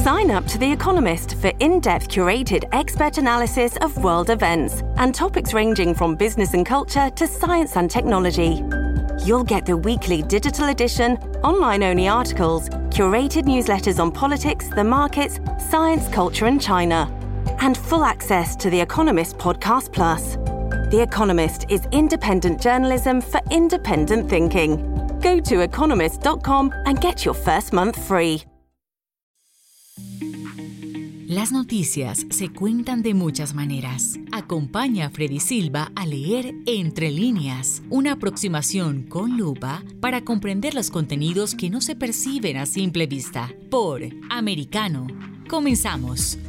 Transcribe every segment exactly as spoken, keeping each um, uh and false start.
Sign up to The Economist for in-depth curated expert analysis of world events and topics ranging from business and culture to science and technology. You'll get the weekly digital edition, online-only articles, curated newsletters on politics, the markets, science, culture and China, and full access to The Economist Podcast Plus. The Economist is independent journalism for independent thinking. Go to economist dot com and get your first month free. Las noticias se cuentan de muchas maneras. Acompaña a Freddy Silva a leer Entre Líneas, una aproximación con lupa para comprender los contenidos que no se perciben a simple vista. Por Americano. Comenzamos.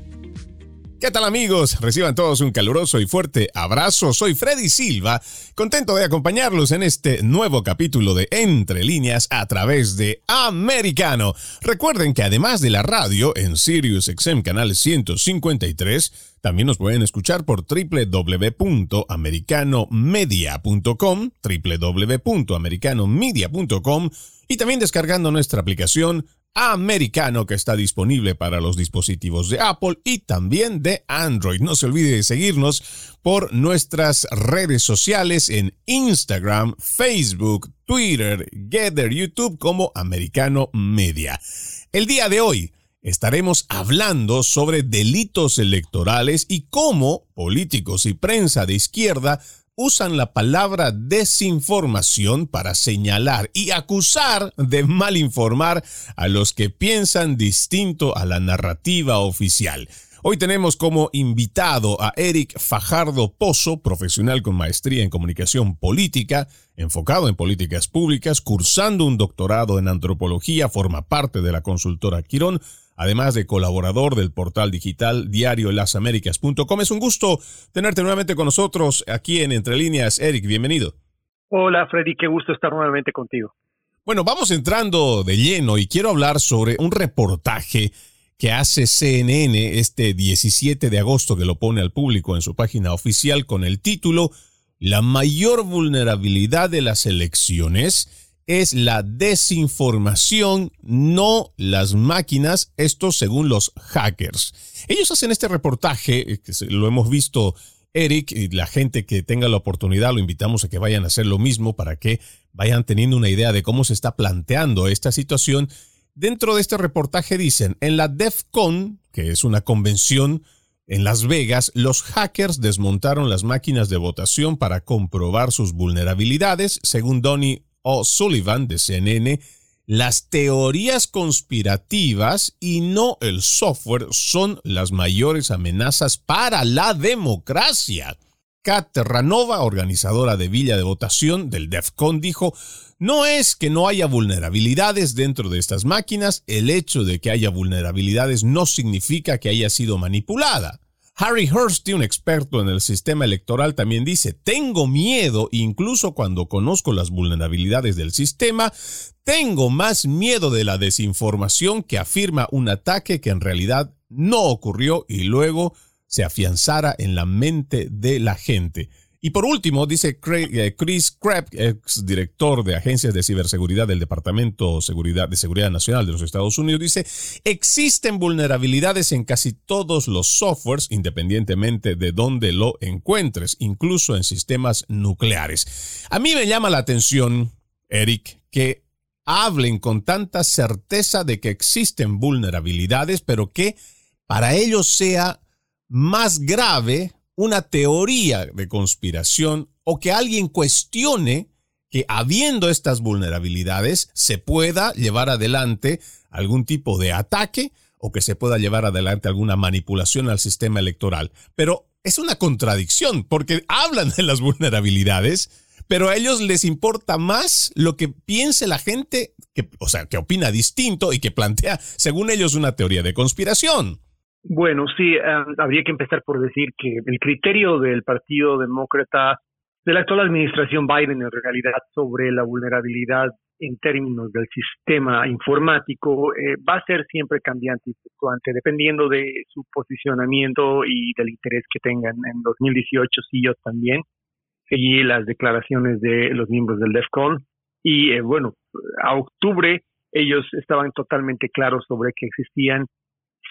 ¿Qué tal, amigos? Reciban todos un caluroso y fuerte abrazo. Soy Freddy Silva, contento de acompañarlos en este nuevo capítulo de Entre Líneas a través de Americano. Recuerden que además de la radio en Sirius X M canal ciento cincuenta y tres, también nos pueden escuchar por doble u doble u doble u punto americano media punto com, doble u doble u doble u punto americano media punto com y también descargando nuestra aplicación Americano, que está disponible para los dispositivos de Apple y también de Android. No se olvide de seguirnos por nuestras redes sociales en Instagram, Facebook, Twitter, Getter, YouTube como Americano Media. El día de hoy estaremos hablando sobre delitos electorales y cómo políticos y prensa de izquierda usan la palabra desinformación para señalar y acusar de malinformar a los que piensan distinto a la narrativa oficial. Hoy tenemos como invitado a Eric Fajardo Pozo, profesional con maestría en comunicación política, enfocado en políticas públicas, cursando un doctorado en antropología, forma parte de la consultora Quirón, además de colaborador del portal digital diario las américas punto com. Es un gusto tenerte nuevamente con nosotros aquí en Entre Líneas. Eric, bienvenido. Hola, Freddy, qué gusto estar nuevamente contigo. Bueno, vamos entrando de lleno y quiero hablar sobre un reportaje que hace C N N este diecisiete de agosto, que lo pone al público en su página oficial con el título «La mayor vulnerabilidad de las elecciones es la desinformación, no las máquinas», esto según los hackers. Ellos hacen este reportaje, que lo hemos visto, Eric, y la gente que tenga la oportunidad lo invitamos a que vayan a hacer lo mismo para que vayan teniendo una idea de cómo se está planteando esta situación. Dentro de este reportaje dicen, en la DEF CON, que es una convención en Las Vegas, los hackers desmontaron las máquinas de votación para comprobar sus vulnerabilidades. Según Donnie O'Sullivan de C N N, las teorías conspirativas y no el software son las mayores amenazas para la democracia. Kat Terranova, organizadora de Villa de Votación del DEF CON, dijo, no es que no haya vulnerabilidades dentro de estas máquinas, el hecho de que haya vulnerabilidades no significa que haya sido manipulada. Harry Hursty, un experto en el sistema electoral, también dice, tengo miedo, incluso cuando conozco las vulnerabilidades del sistema, tengo más miedo de la desinformación que afirma un ataque que en realidad no ocurrió y luego se afianzara en la mente de la gente. Y por último, dice Chris Krebs, exdirector de agencias de ciberseguridad del Departamento de Seguridad, de Seguridad Nacional de los Estados Unidos, dice, existen vulnerabilidades en casi todos los softwares, independientemente de dónde lo encuentres, incluso en sistemas nucleares. A mí me llama la atención, Eric, que hablen con tanta certeza de que existen vulnerabilidades, pero que para ellos sea más grave una teoría de conspiración o que alguien cuestione que habiendo estas vulnerabilidades se pueda llevar adelante algún tipo de ataque o que se pueda llevar adelante alguna manipulación al sistema electoral. Pero es una contradicción porque hablan de las vulnerabilidades, pero a ellos les importa más lo que piense la gente, que, o sea, que opina distinto y que plantea, según ellos, una teoría de conspiración. Bueno, sí, um, habría que empezar por decir que el criterio del Partido Demócrata, de la actual administración Biden en realidad, sobre la vulnerabilidad en términos del sistema informático eh, va a ser siempre cambiante y fluctuante, dependiendo de su posicionamiento y del interés que tengan. En dos mil dieciocho sí, yo también seguí las declaraciones de los miembros del DEF CON y eh, bueno, a octubre ellos estaban totalmente claros sobre que existían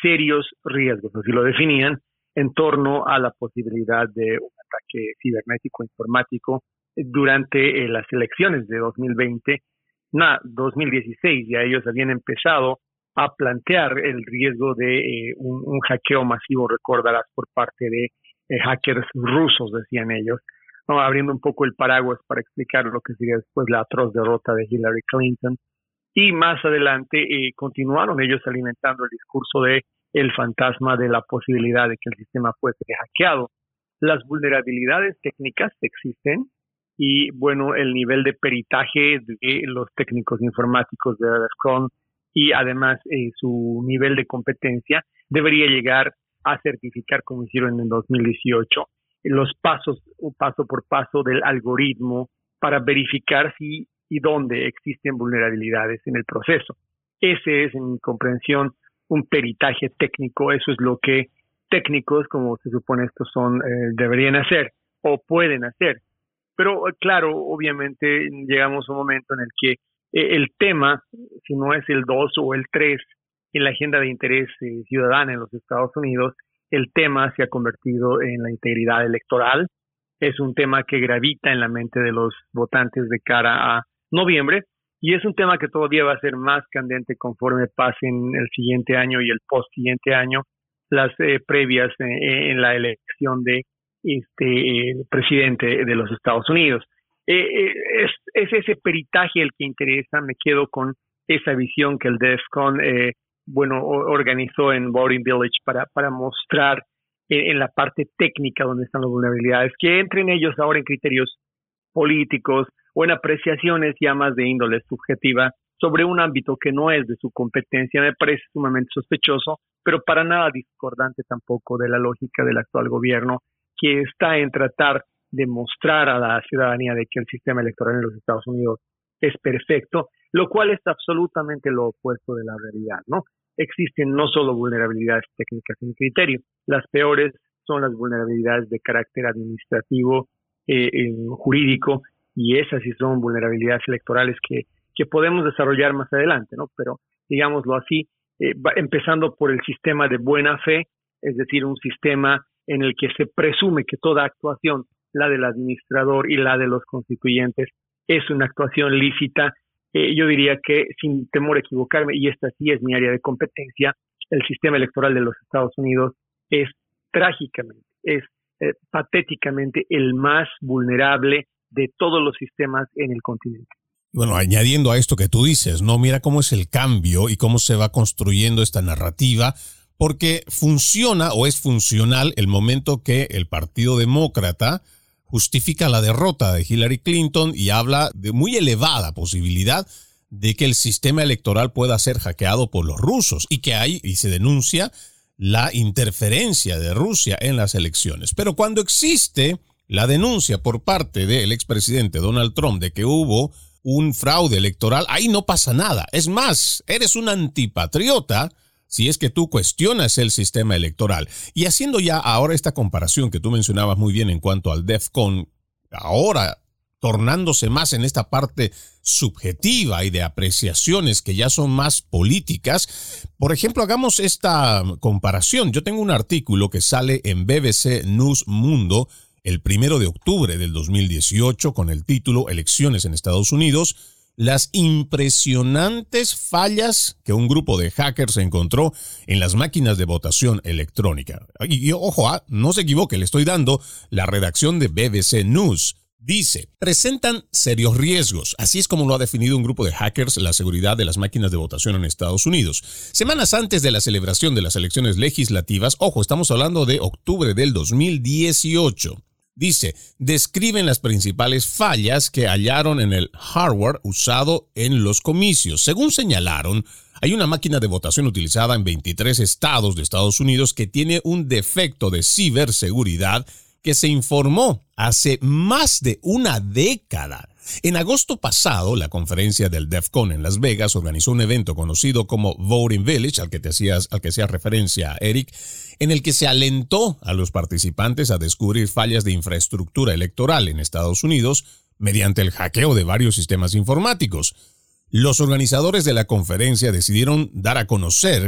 serios riesgos, así lo definían, en torno a la posibilidad de un ataque cibernético informático durante eh, las elecciones de dos mil veinte, no, dos mil dieciséis, ya ellos habían empezado a plantear el riesgo de eh, un, un hackeo masivo, recordarás, por parte de eh, hackers rusos, decían ellos, ¿no? Abriendo un poco el paraguas para explicar lo que sería después la atroz derrota de Hillary Clinton. Y más adelante eh, continuaron ellos alimentando el discurso de el fantasma de la posibilidad de que el sistema fuese hackeado. Las vulnerabilidades técnicas existen y, bueno, el nivel de peritaje de los técnicos informáticos de DEFCON y además eh, su nivel de competencia debería llegar a certificar, como hicieron en dos mil dieciocho, los pasos, paso por paso del algoritmo para verificar si y dónde existen vulnerabilidades en el proceso. Ese es, en mi comprensión, un peritaje técnico. Eso es lo que técnicos, como se supone estos son, eh, deberían hacer o pueden hacer. Pero claro, obviamente llegamos a un momento en el que eh, el tema, si no es el dos o el tres en la agenda de interés eh, ciudadana en los Estados Unidos, el tema se ha convertido en la integridad electoral. Es un tema que gravita en la mente de los votantes de cara a noviembre, y es un tema que todavía va a ser más candente conforme pasen el siguiente año y el post siguiente año, las eh, previas eh, en la elección de este eh, presidente de los Estados Unidos. Eh, eh, es, es ese peritaje el que interesa. Me quedo con esa visión que el DEFCON eh, bueno, organizó en Voting Village para, para mostrar en, en la parte técnica donde están las vulnerabilidades, que entren ellos ahora en criterios políticos o en apreciaciones ya más de índole subjetiva sobre un ámbito que no es de su competencia, me parece sumamente sospechoso, pero para nada discordante tampoco de la lógica del actual gobierno, que está en tratar de mostrar a la ciudadanía de que el sistema electoral en los Estados Unidos es perfecto, lo cual es absolutamente lo opuesto de la realidad, ¿no? Existen no solo vulnerabilidades técnicas en criterio, las peores son las vulnerabilidades de carácter administrativo, eh, eh, jurídico, y esas sí son vulnerabilidades electorales que, que podemos desarrollar más adelante, ¿no? Pero digámoslo así, eh, va, empezando por el sistema de buena fe, es decir, un sistema en el que se presume que toda actuación, la del administrador y la de los constituyentes, es una actuación lícita. Eh, yo diría que, sin temor a equivocarme, y esta sí es mi área de competencia, el sistema electoral de los Estados Unidos es trágicamente, es eh, patéticamente el más vulnerable de todos los sistemas en el continente. Bueno, añadiendo a esto que tú dices, ¿no? Mira cómo es el cambio y cómo se va construyendo esta narrativa, porque funciona o es funcional el momento que el Partido Demócrata justifica la derrota de Hillary Clinton y habla de muy elevada posibilidad de que el sistema electoral pueda ser hackeado por los rusos y que hay, y se denuncia, la interferencia de Rusia en las elecciones. Pero cuando existe la denuncia por parte del expresidente Donald Trump de que hubo un fraude electoral, ahí no pasa nada. Es más, eres un antipatriota si es que tú cuestionas el sistema electoral. Y haciendo ya ahora esta comparación que tú mencionabas muy bien en cuanto al DEFCON, ahora tornándose más en esta parte subjetiva y de apreciaciones que ya son más políticas. Por ejemplo, hagamos esta comparación. Yo tengo un artículo que sale en B B C News Mundo el primero de octubre del dos mil dieciocho con el título Elecciones en Estados Unidos, las impresionantes fallas que un grupo de hackers encontró en las máquinas de votación electrónica. Y, y ojo, ah, no se equivoque, le estoy dando la redacción de B B C News. Dice, presentan serios riesgos. Así es como lo ha definido un grupo de hackers la seguridad de las máquinas de votación en Estados Unidos. Semanas antes de la celebración de las elecciones legislativas, ojo, estamos hablando de octubre del dos mil dieciocho. Dice, describen las principales fallas que hallaron en el hardware usado en los comicios. Según señalaron, hay una máquina de votación utilizada en veintitrés estados de Estados Unidos que tiene un defecto de ciberseguridad que se informó hace más de una década. En agosto pasado, la conferencia del DEFCON en Las Vegas organizó un evento conocido como Voting Village, al que te hacías, al que hacías referencia, Eric, en el que se alentó a los participantes a descubrir fallas de infraestructura electoral en Estados Unidos mediante el hackeo de varios sistemas informáticos. Los organizadores de la conferencia decidieron dar a conocer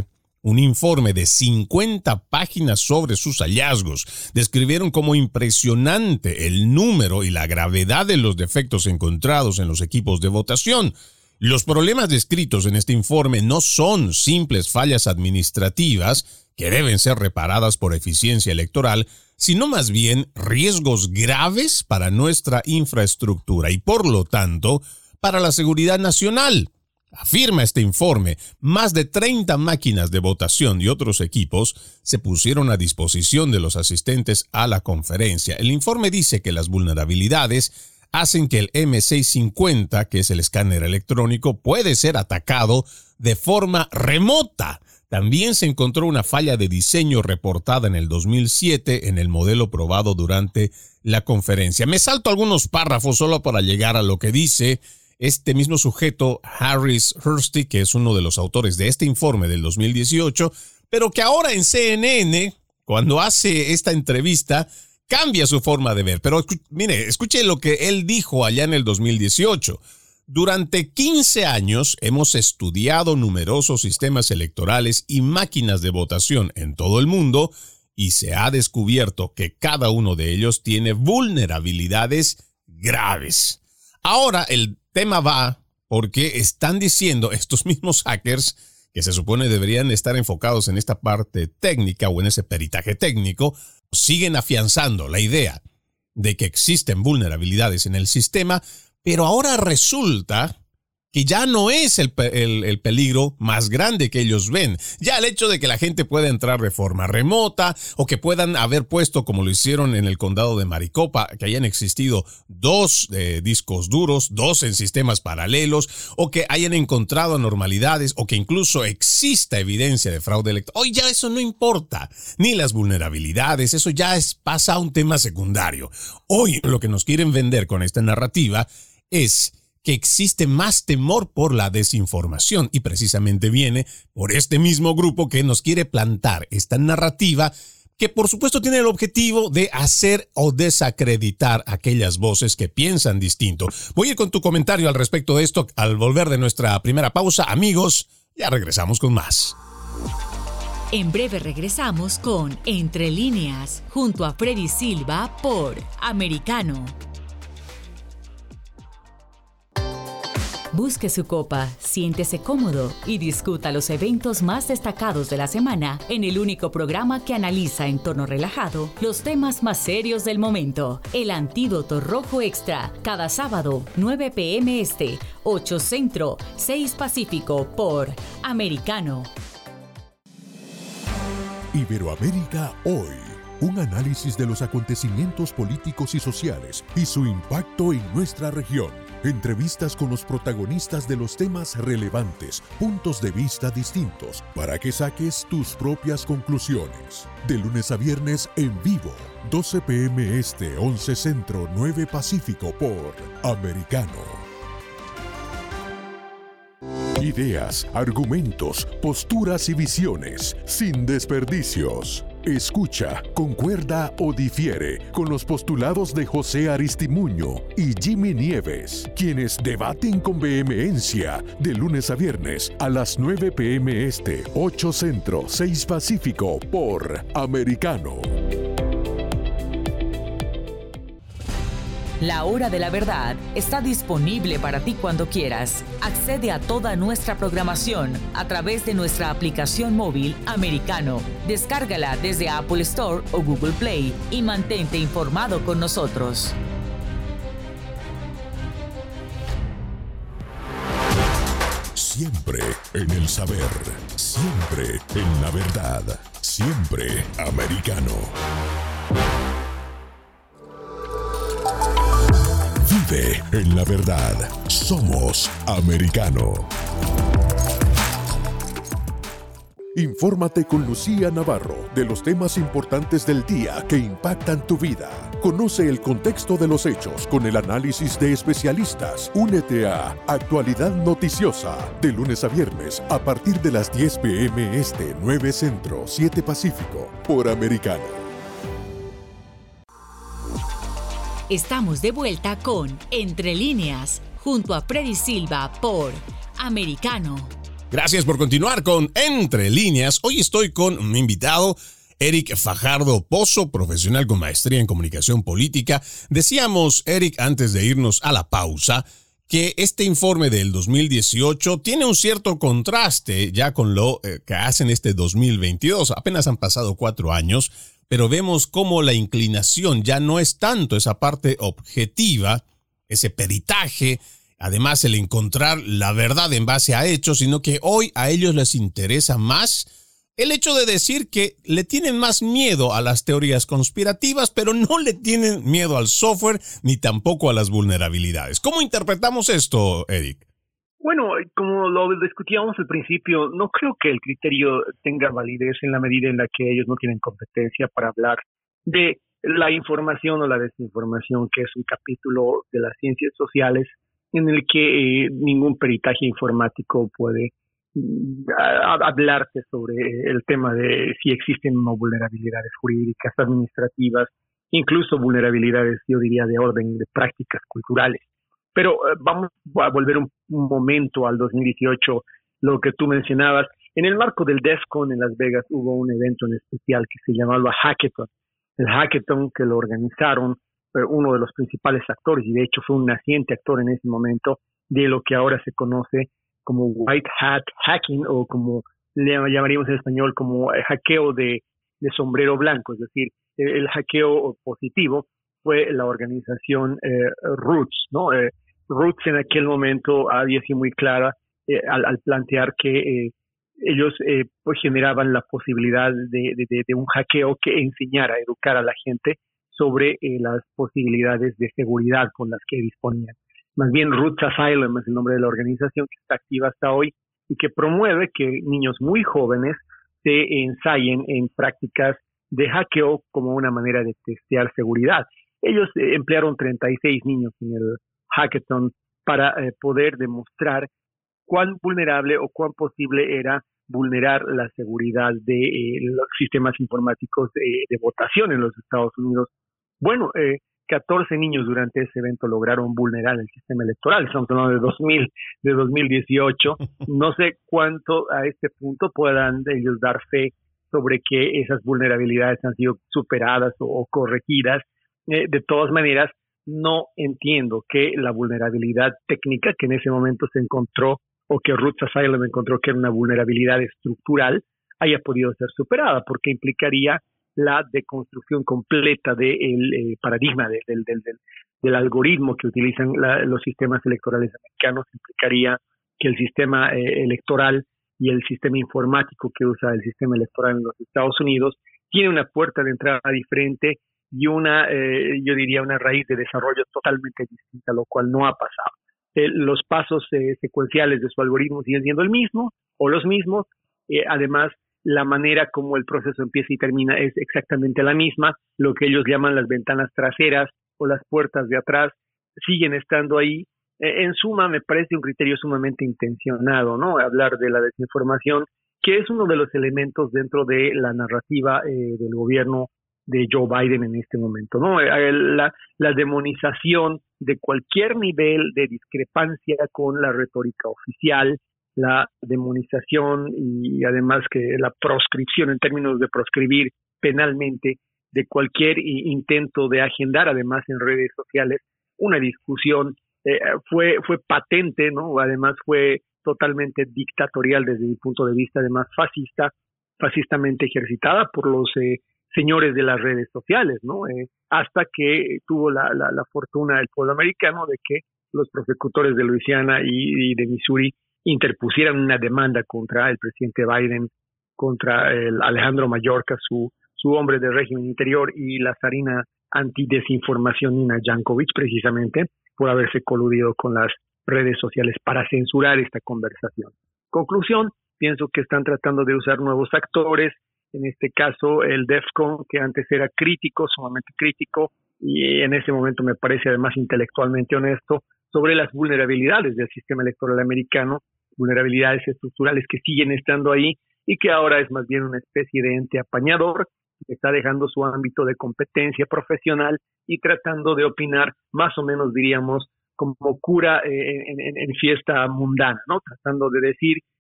un informe de cincuenta páginas sobre sus hallazgos. Describieron como impresionante el número y la gravedad de los defectos encontrados en los equipos de votación. Los problemas descritos en este informe no son simples fallas administrativas que deben ser reparadas por eficiencia electoral, sino más bien riesgos graves para nuestra infraestructura y, por lo tanto, para la seguridad nacional. Afirma este informe, más de treinta máquinas de votación y otros equipos se pusieron a disposición de los asistentes a la conferencia. El informe dice que las vulnerabilidades hacen que el eme seiscientos cincuenta, que es el escáner electrónico, puede ser atacado de forma remota. También se encontró una falla de diseño reportada en el dos mil siete en el modelo probado durante la conferencia. Me salto algunos párrafos solo para llegar a lo que dice este mismo sujeto, Harris Hursty, que es uno de los autores de este informe del dos mil dieciocho, pero que ahora en C N N, cuando hace esta entrevista, cambia su forma de ver. Pero mire, escuche lo que él dijo allá en el dos mil dieciocho. Durante quince años hemos estudiado numerosos sistemas electorales y máquinas de votación en todo el mundo y se ha descubierto que cada uno de ellos tiene vulnerabilidades graves. Ahora el tema va porque están diciendo estos mismos hackers, que se supone deberían estar enfocados en esta parte técnica o en ese peritaje técnico, siguen afianzando la idea de que existen vulnerabilidades en el sistema. Pero ahora resulta que ya no es el, el, el peligro más grande que ellos ven. Ya el hecho de que la gente pueda entrar de forma remota o que puedan haber puesto, como lo hicieron en el condado de Maricopa, que hayan existido dos eh, discos duros, dos en sistemas paralelos, o que hayan encontrado anormalidades, o que incluso exista evidencia de fraude electoral. Hoy ya eso no importa, ni las vulnerabilidades, eso ya es, pasa a un tema secundario. Hoy lo que nos quieren vender con esta narrativa es que existe más temor por la desinformación y precisamente viene por este mismo grupo que nos quiere plantar esta narrativa que por supuesto tiene el objetivo de hacer o desacreditar aquellas voces que piensan distinto. Voy a ir con tu comentario al respecto de esto al volver de nuestra primera pausa. Amigos, ya regresamos con más. En breve regresamos con Entre Líneas junto a Freddy Silva por Americano. Busque su copa, siéntese cómodo y discuta los eventos más destacados de la semana en el único programa que analiza en tono relajado los temas más serios del momento. El Antídoto Rojo Extra, cada sábado, nueve pe eme Este, ocho Centro, seis Pacífico por Americano. Iberoamérica Hoy. Un análisis de los acontecimientos políticos y sociales y su impacto en nuestra región. Entrevistas con los protagonistas de los temas relevantes, puntos de vista distintos, para que saques tus propias conclusiones. De lunes a viernes en vivo, doce pe eme Este, once Centro, nueve Pacífico por Americano. Ideas, argumentos, posturas y visiones, sin desperdicios. Escucha, concuerda o difiere con los postulados de José Aristimuño y Jimmy Nieves, quienes debaten con vehemencia de lunes a viernes a las nueve pe eme Este, ocho Centro, seis Pacífico por Americano. La Hora de la Verdad está disponible para ti cuando quieras. Accede a toda nuestra programación a través de nuestra aplicación móvil Americano. Descárgala desde Apple Store o Google Play y mantente informado con nosotros. Siempre en el saber, siempre en la verdad, siempre Americano. Vive en la verdad. Somos Americano. Infórmate con Lucía Navarro de los temas importantes del día que impactan tu vida. Conoce el contexto de los hechos con el análisis de especialistas. Únete a Actualidad Noticiosa de lunes a viernes a partir de las diez pe eme Este, nueve Centro, siete Pacífico por Americano. Estamos de vuelta con Entre Líneas, junto a Freddy Silva por Americano. Gracias por continuar con Entre Líneas. Hoy estoy con un invitado, Eric Fajardo Pozo, profesional con maestría en comunicación política. Decíamos, Eric, antes de irnos a la pausa, que este informe del dos mil dieciocho tiene un cierto contraste ya con lo eh, que hacen este dos mil veintidós. Apenas han pasado cuatro años, pero vemos cómo la inclinación ya no es tanto esa parte objetiva, ese peritaje, además el encontrar la verdad en base a hechos, sino que hoy a ellos les interesa más el hecho de decir que le tienen más miedo a las teorías conspirativas, pero no le tienen miedo al software ni tampoco a las vulnerabilidades. ¿Cómo interpretamos esto, Eric? Bueno, como lo discutíamos al principio, no creo que el criterio tenga validez en la medida en la que ellos no tienen competencia para hablar de la información o la desinformación, que es un capítulo de las ciencias sociales en el que eh, ningún peritaje informático puede a, a hablarte sobre el tema de si existen no vulnerabilidades jurídicas, administrativas, incluso vulnerabilidades, yo diría, de orden de prácticas culturales. Pero eh, vamos a volver un, un momento al dos mil dieciocho, lo que tú mencionabas. En el marco del DEF CON en Las Vegas hubo un evento en especial que se llamaba Hackathon. El Hackathon que lo organizaron eh, uno de los principales actores, y de hecho fue un naciente actor en ese momento, de lo que ahora se conoce como white hat hacking, o como le llamaríamos en español como hackeo de, de sombrero blanco, es decir, el hackeo positivo fue la organización eh, Roots, ¿no? Eh, Roots en aquel momento había sido muy clara eh, al, al plantear que eh, ellos eh, pues generaban la posibilidad de, de, de un hackeo que enseñara, educara a la gente sobre eh, las posibilidades de seguridad con las que disponían. Más bien Roots Asylum es el nombre de la organización que está activa hasta hoy y que promueve que niños muy jóvenes se ensayen en prácticas de hackeo como una manera de testear seguridad. Ellos eh, emplearon treinta y seis niños en el hackathon para eh, poder demostrar cuán vulnerable o cuán posible era vulnerar la seguridad de eh, los sistemas informáticos de, de votación en los Estados Unidos. Bueno, eh, catorce niños durante ese evento lograron vulnerar el sistema electoral. Estamos hablando de dos mil, de dos mil dieciocho. No sé cuánto a este punto puedan ellos dar fe sobre que esas vulnerabilidades han sido superadas o, o corregidas. Eh, de todas maneras, no entiendo que la vulnerabilidad técnica que en ese momento se encontró, o que Roots Asylum encontró que era una vulnerabilidad estructural, haya podido ser superada, porque implicaría la deconstrucción completa del eh, paradigma de, del, del, del, del algoritmo que utilizan la, los sistemas electorales americanos. Implicaría que el sistema eh, electoral y el sistema informático que usa el sistema electoral en los Estados Unidos tiene una puerta de entrada diferente y una, eh, yo diría, una raíz de desarrollo totalmente distinta, lo cual no ha pasado. Eh, los pasos eh, secuenciales de su algoritmo siguen siendo el mismo o los mismos. Eh, además, la manera como el proceso empieza y termina es exactamente la misma. Lo que ellos llaman las ventanas traseras o las puertas de atrás siguen estando ahí. Eh, en suma, me parece un criterio sumamente intencionado, ¿no? Hablar de la desinformación, que es uno de los elementos dentro de la narrativa eh, del gobierno de Joe Biden en este momento, ¿no? La, la demonización de cualquier nivel de discrepancia con la retórica oficial, la demonización y además que la proscripción en términos de proscribir penalmente de cualquier intento de agendar, además en redes sociales, una discusión eh, fue fue patente, ¿no? Además fue totalmente dictatorial desde mi punto de vista, además fascista, fascistamente ejercitada por los eh, señores de las redes sociales, ¿no? Eh, hasta que tuvo la, la, la fortuna del pueblo americano de que los prosecutores de Luisiana y, y de Missouri interpusieran una demanda contra el presidente Biden, contra el Alejandro Mayorkas, su, su hombre de régimen interior, y la zarina antidesinformación Nina Yankovic, precisamente, por haberse coludido con las redes sociales para censurar esta conversación. Conclusión, pienso que están tratando de usar nuevos actores, en este caso el DEF CON, que antes era crítico, sumamente crítico, y en ese momento me parece además intelectualmente honesto, sobre las vulnerabilidades del sistema electoral americano, vulnerabilidades estructurales que siguen estando ahí y que ahora es más bien una especie de ente apañador que está dejando su ámbito de competencia profesional y tratando de opinar más o menos, diríamos, como cura eh, en, en, en fiesta mundana, ¿no? Tratando de decir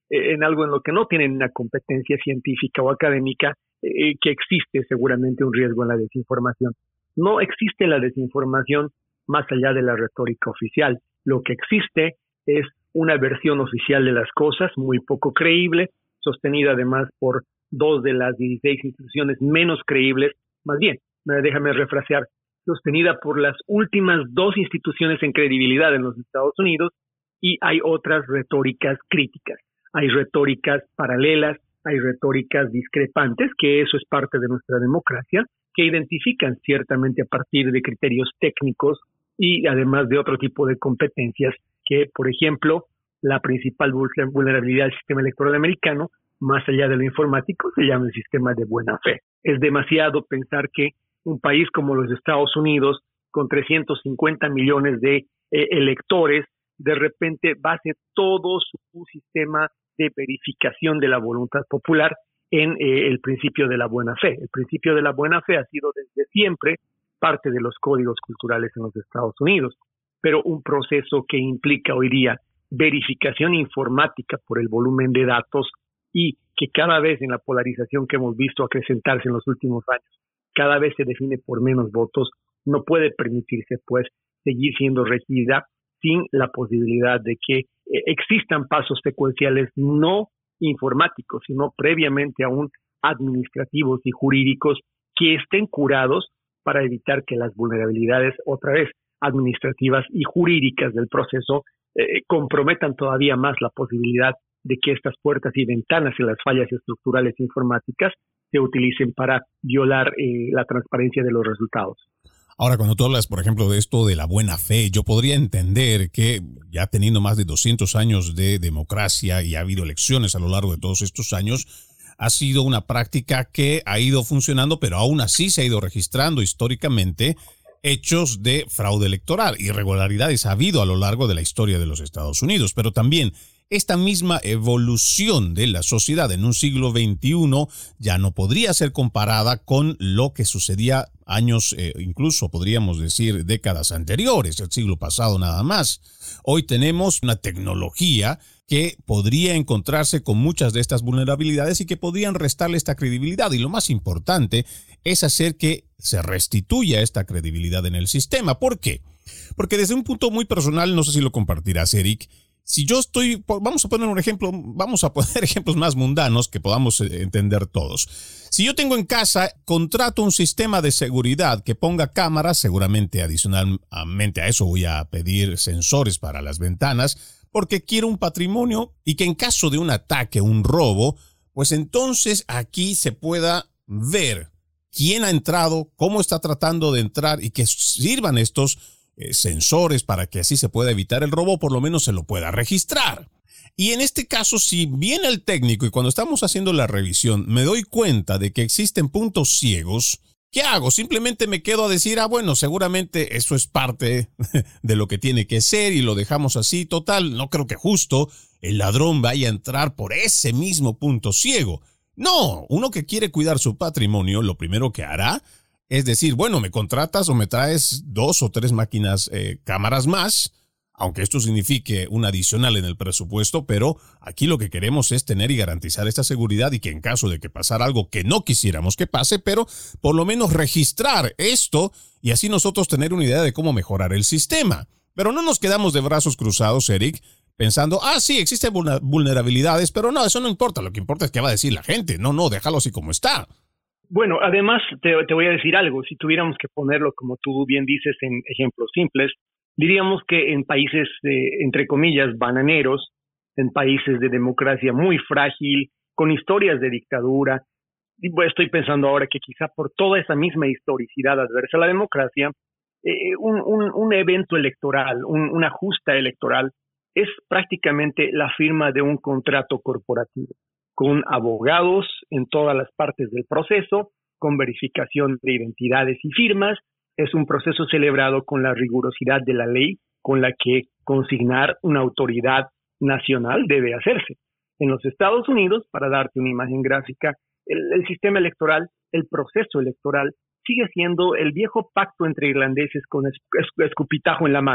eh, en algo en lo que no tienen una competencia científica o académica, eh, que existe seguramente un riesgo en la desinformación. No existe la desinformación más allá de la retórica oficial. Lo que existe es una versión oficial de las cosas, muy poco creíble, sostenida además por dos de las dieciséis instituciones menos creíbles, más bien, déjame refrasear, sostenida por las últimas dos instituciones en credibilidad en los Estados Unidos, y hay otras retóricas críticas, hay retóricas paralelas, hay retóricas discrepantes, que eso es parte de nuestra democracia, que identifican ciertamente a partir de criterios técnicos y además de otro tipo de competencias que, por ejemplo, la principal vulnerabilidad del sistema electoral americano, más allá de lo informático, se llama el sistema de buena fe. Es demasiado pensar que un país como los Estados Unidos, con trescientos cincuenta millones de eh, electores, de repente base todo su sistema de verificación de la voluntad popular en eh, el principio de la buena fe. El principio de la buena fe ha sido desde siempre parte de los códigos culturales en los Estados Unidos, pero un proceso que implica hoy día verificación informática por el volumen de datos y que cada vez en la polarización que hemos visto acrecentarse en los últimos años, cada vez se define por menos votos, no puede permitirse pues seguir siendo regida sin la posibilidad de que eh, existan pasos secuenciales no informáticos, sino previamente aún administrativos y jurídicos que estén curados para evitar que las vulnerabilidades, otra vez, administrativas y jurídicas del proceso eh, comprometan todavía más la posibilidad de que estas puertas y ventanas y las fallas estructurales informáticas se utilicen para violar eh, la transparencia de los resultados. Ahora, cuando tú hablas, por ejemplo, de esto de la buena fe, yo podría entender que ya teniendo más de doscientos años de democracia y ha habido elecciones a lo largo de todos estos años, ha sido una práctica que ha ido funcionando, pero aún así se ha ido registrando históricamente hechos de fraude electoral. Irregularidades ha habido a lo largo de la historia de los Estados Unidos, pero también esta misma evolución de la sociedad en un siglo veintiuno ya no podría ser comparada con lo que sucedía años, eh, incluso podríamos decir décadas anteriores, el siglo pasado nada más. Hoy tenemos una tecnología que podría encontrarse con muchas de estas vulnerabilidades y que podrían restarle esta credibilidad. Y lo más importante es hacer que se restituya esta credibilidad en el sistema. ¿Por qué? Porque desde un punto muy personal, no sé si lo compartirás, Eric, si yo estoy, vamos a poner un ejemplo, vamos a poner ejemplos más mundanos que podamos entender todos. Si yo tengo en casa, contrato un sistema de seguridad que ponga cámaras, seguramente adicionalmente a eso voy a pedir sensores para las ventanas, porque quiero un patrimonio y que en caso de un ataque, un robo, pues entonces aquí se pueda ver quién ha entrado, cómo está tratando de entrar y que sirvan estos Eh, sensores para que así se pueda evitar el robo, por lo menos se lo pueda registrar. Y en este caso, si viene el técnico y cuando estamos haciendo la revisión me doy cuenta de que existen puntos ciegos, ¿qué hago? Simplemente me quedo a decir, ah, bueno, seguramente eso es parte de lo que tiene que ser y lo dejamos así. Total, no creo que justo el ladrón vaya a entrar por ese mismo punto ciego. No, uno que quiere cuidar su patrimonio, lo primero que hará es decir, bueno, me contratas o me traes dos o tres máquinas, eh, cámaras más, aunque esto signifique un adicional en el presupuesto, pero aquí lo que queremos es tener y garantizar esta seguridad y que en caso de que pasara algo que no quisiéramos que pase, pero por lo menos registrar esto y así nosotros tener una idea de cómo mejorar el sistema. Pero no nos quedamos de brazos cruzados, Eric, pensando, ah, sí, existen vulnerabilidades, pero no, eso no importa, lo que importa es qué va a decir la gente. No, no, déjalo así como está. Bueno, además te, te voy a decir algo, si tuviéramos que ponerlo como tú bien dices en ejemplos simples, diríamos que en países, eh, entre comillas, bananeros, en países de democracia muy frágil, con historias de dictadura, y pues estoy pensando ahora que quizá por toda esa misma historicidad adversa a la democracia, eh, un, un, un evento electoral, un, una justa electoral, es prácticamente la firma de un contrato corporativo, con abogados en todas las partes del proceso, con verificación de identidades y firmas. Es un proceso celebrado con la rigurosidad de la ley con la que consignar una autoridad nacional debe hacerse. En los Estados Unidos, para darte una imagen gráfica, el, el sistema electoral, el proceso electoral, sigue siendo el viejo pacto entre irlandeses con es, es, escupitajo en la mano.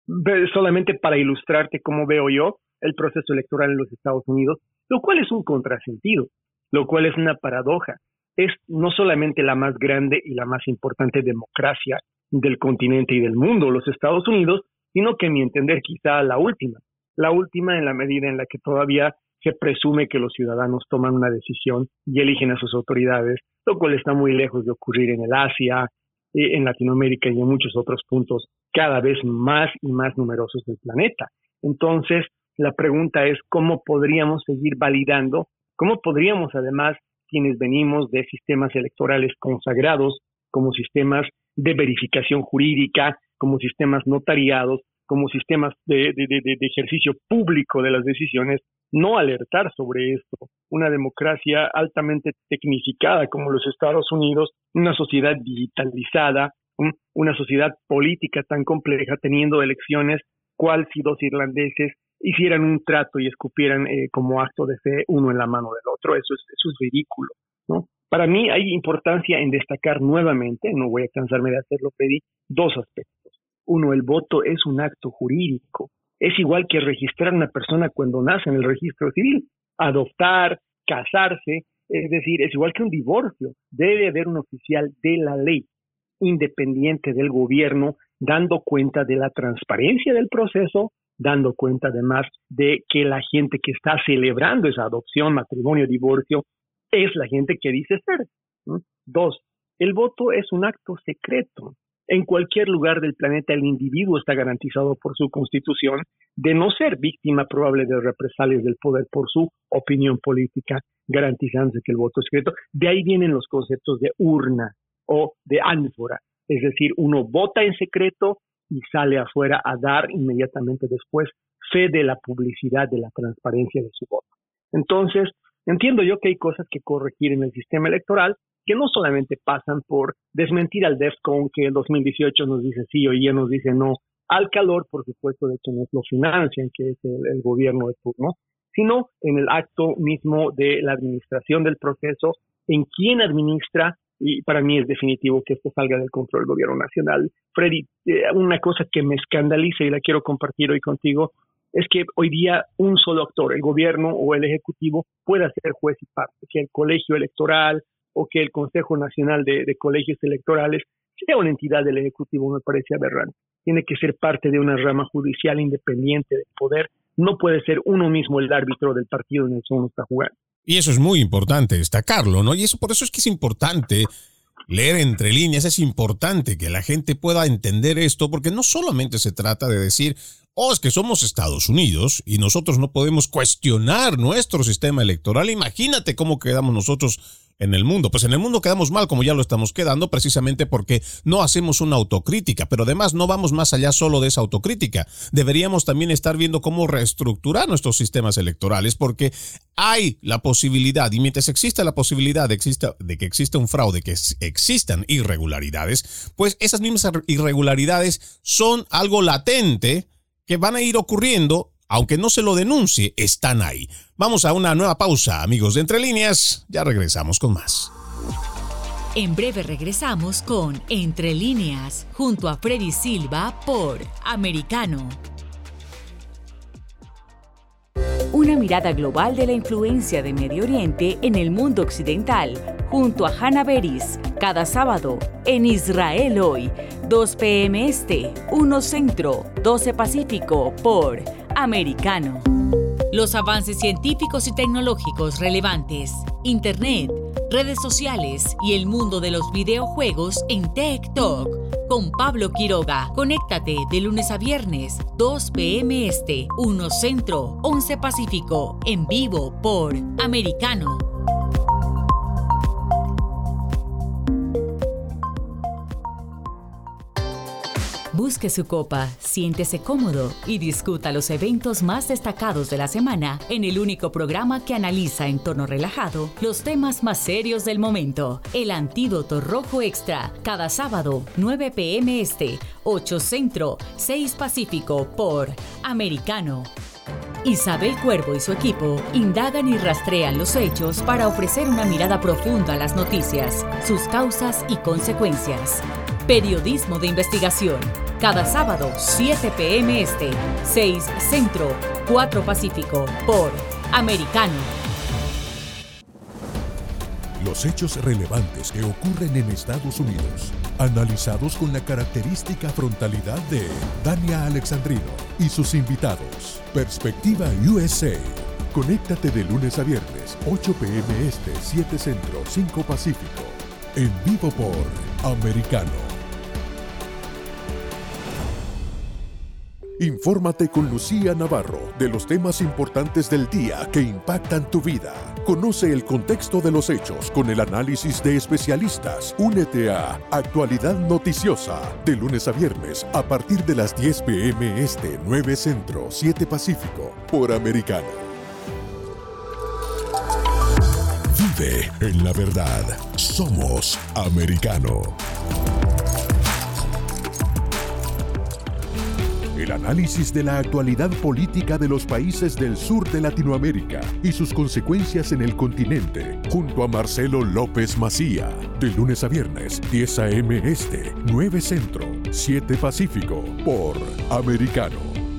solamente para ilustrarte cómo veo yo el proceso electoral en los Estados Unidos, lo cual es un contrasentido, lo cual es una paradoja. Es no solamente la más grande y la más importante democracia del continente y del mundo, los Estados Unidos, sino que, a mi entender, quizá la última. La última en la medida en la que todavía se presume que los ciudadanos toman una decisión y eligen a sus autoridades, lo cual está muy lejos de ocurrir en el Asia, en Latinoamérica y en muchos otros puntos cada vez más y más numerosos del planeta. Entonces, la pregunta es cómo podríamos seguir validando, cómo podríamos además, quienes venimos de sistemas electorales consagrados como sistemas de verificación jurídica, como sistemas notariados, como sistemas de, de, de, de ejercicio público de las decisiones, no alertar sobre esto. Una democracia altamente tecnificada como los Estados Unidos, una sociedad digitalizada, una sociedad política tan compleja, teniendo elecciones, cual si dos irlandeses hicieran un trato y escupieran eh, como acto de fe uno en la mano del otro. Eso es, eso es ridículo, ¿no? Para mí hay importancia en destacar nuevamente, no voy a cansarme de hacerlo, Freddy, dos aspectos. Uno, el voto es un acto jurídico. Es igual que registrar a una persona cuando nace en el registro civil. Adoptar, casarse, es decir, es igual que un divorcio. Debe haber un oficial de la ley, independiente del gobierno, dando cuenta de la transparencia del proceso, dando cuenta además de que la gente que está celebrando esa adopción, matrimonio, divorcio, es la gente que dice ser. ¿no? Dos, el voto es un acto secreto. En cualquier lugar del planeta el individuo está garantizado por su constitución de no ser víctima probable de represalias del poder por su opinión política, garantizándose que el voto es secreto. De ahí vienen los conceptos de urna o de ánfora, es decir, uno vota en secreto y sale afuera a dar inmediatamente después fe de la publicidad, de la transparencia de su voto. Entonces, entiendo yo que hay cosas que corregir en el sistema electoral que no solamente pasan por desmentir al DEFCON que el dos mil dieciocho nos dice sí, hoy ya nos dice no, al calor, por supuesto, de quienes lo financian, que es el, el gobierno de turno, sino en el acto mismo de la administración del proceso, en quién administra, y para mí es definitivo que esto salga del control del gobierno nacional. Freddy, eh, una cosa que me escandaliza y la quiero compartir hoy contigo, es que hoy día un solo actor, el gobierno o el ejecutivo, pueda ser juez y parte, que el colegio electoral o que el Consejo Nacional de, de Colegios Electorales sea una entidad del Ejecutivo, me parece aberrante. Tiene que ser parte de una rama judicial independiente del poder. No puede ser uno mismo el árbitro del partido en el que uno está jugando. Y eso es muy importante destacarlo, ¿no? Y eso por eso es que es importante leer entre líneas, es importante que la gente pueda entender esto, porque no solamente se trata de decir, oh, es que somos Estados Unidos y nosotros no podemos cuestionar nuestro sistema electoral. Imagínate cómo quedamos nosotros en el mundo. Pues en el mundo quedamos mal, como ya lo estamos quedando, precisamente porque no hacemos una autocrítica, pero además no vamos más allá solo de esa autocrítica. Deberíamos también estar viendo cómo reestructurar nuestros sistemas electorales, porque hay la posibilidad, y mientras exista la posibilidad de, exista, de que exista un fraude, que existan irregularidades, pues esas mismas irregularidades son algo latente que van a ir ocurriendo. Aunque no se lo denuncie, están ahí. Vamos a una nueva pausa, amigos de Entre Líneas. Ya regresamos con más. En breve regresamos con Entre Líneas, junto a Freddy Silva por Americano. Una mirada global de la influencia de Medio Oriente en el mundo occidental, junto a Hannah Beris, cada sábado en Israel Hoy, dos pe eme Este, uno Centro, doce Pacífico, por Americano. Los avances científicos y tecnológicos relevantes, Internet, redes sociales y el mundo de los videojuegos en Tech Talk con Pablo Quiroga. Conéctate de lunes a viernes, dos pe eme Este, uno Centro, once Pacífico, en vivo por Americano. Busque su copa, siéntese cómodo y discuta los eventos más destacados de la semana en el único programa que analiza en tono relajado los temas más serios del momento. El Antídoto Rojo Extra, cada sábado, nueve pe eme Este, ocho Centro, seis Pacífico, por Americano. Isabel Cuervo y su equipo indagan y rastrean los hechos para ofrecer una mirada profunda a las noticias, sus causas y consecuencias. Periodismo de investigación, Cada sábado, siete p m este, seis centro, cuatro pacífico, por Americano. Los hechos relevantes que ocurren en Estados Unidos, analizados con la característica frontalidad de Dania Alexandrino y sus invitados. Perspectiva U S A. Conéctate de lunes a viernes, ocho p m este, siete centro, cinco pacífico. En vivo por Americano. Infórmate con Lucía Navarro de los temas importantes del día que impactan tu vida. Conoce el contexto de los hechos con el análisis de especialistas. Únete a Actualidad Noticiosa de lunes a viernes a partir de las diez p m este, nueve centro, siete pacífico por Americano. Vive en la verdad. Somos Americano. El análisis de la actualidad política de los países del sur de Latinoamérica y sus consecuencias en el continente, junto a Marcelo López Macía, de lunes a viernes, diez a m este, nueve centro, siete pacífico, por Americano.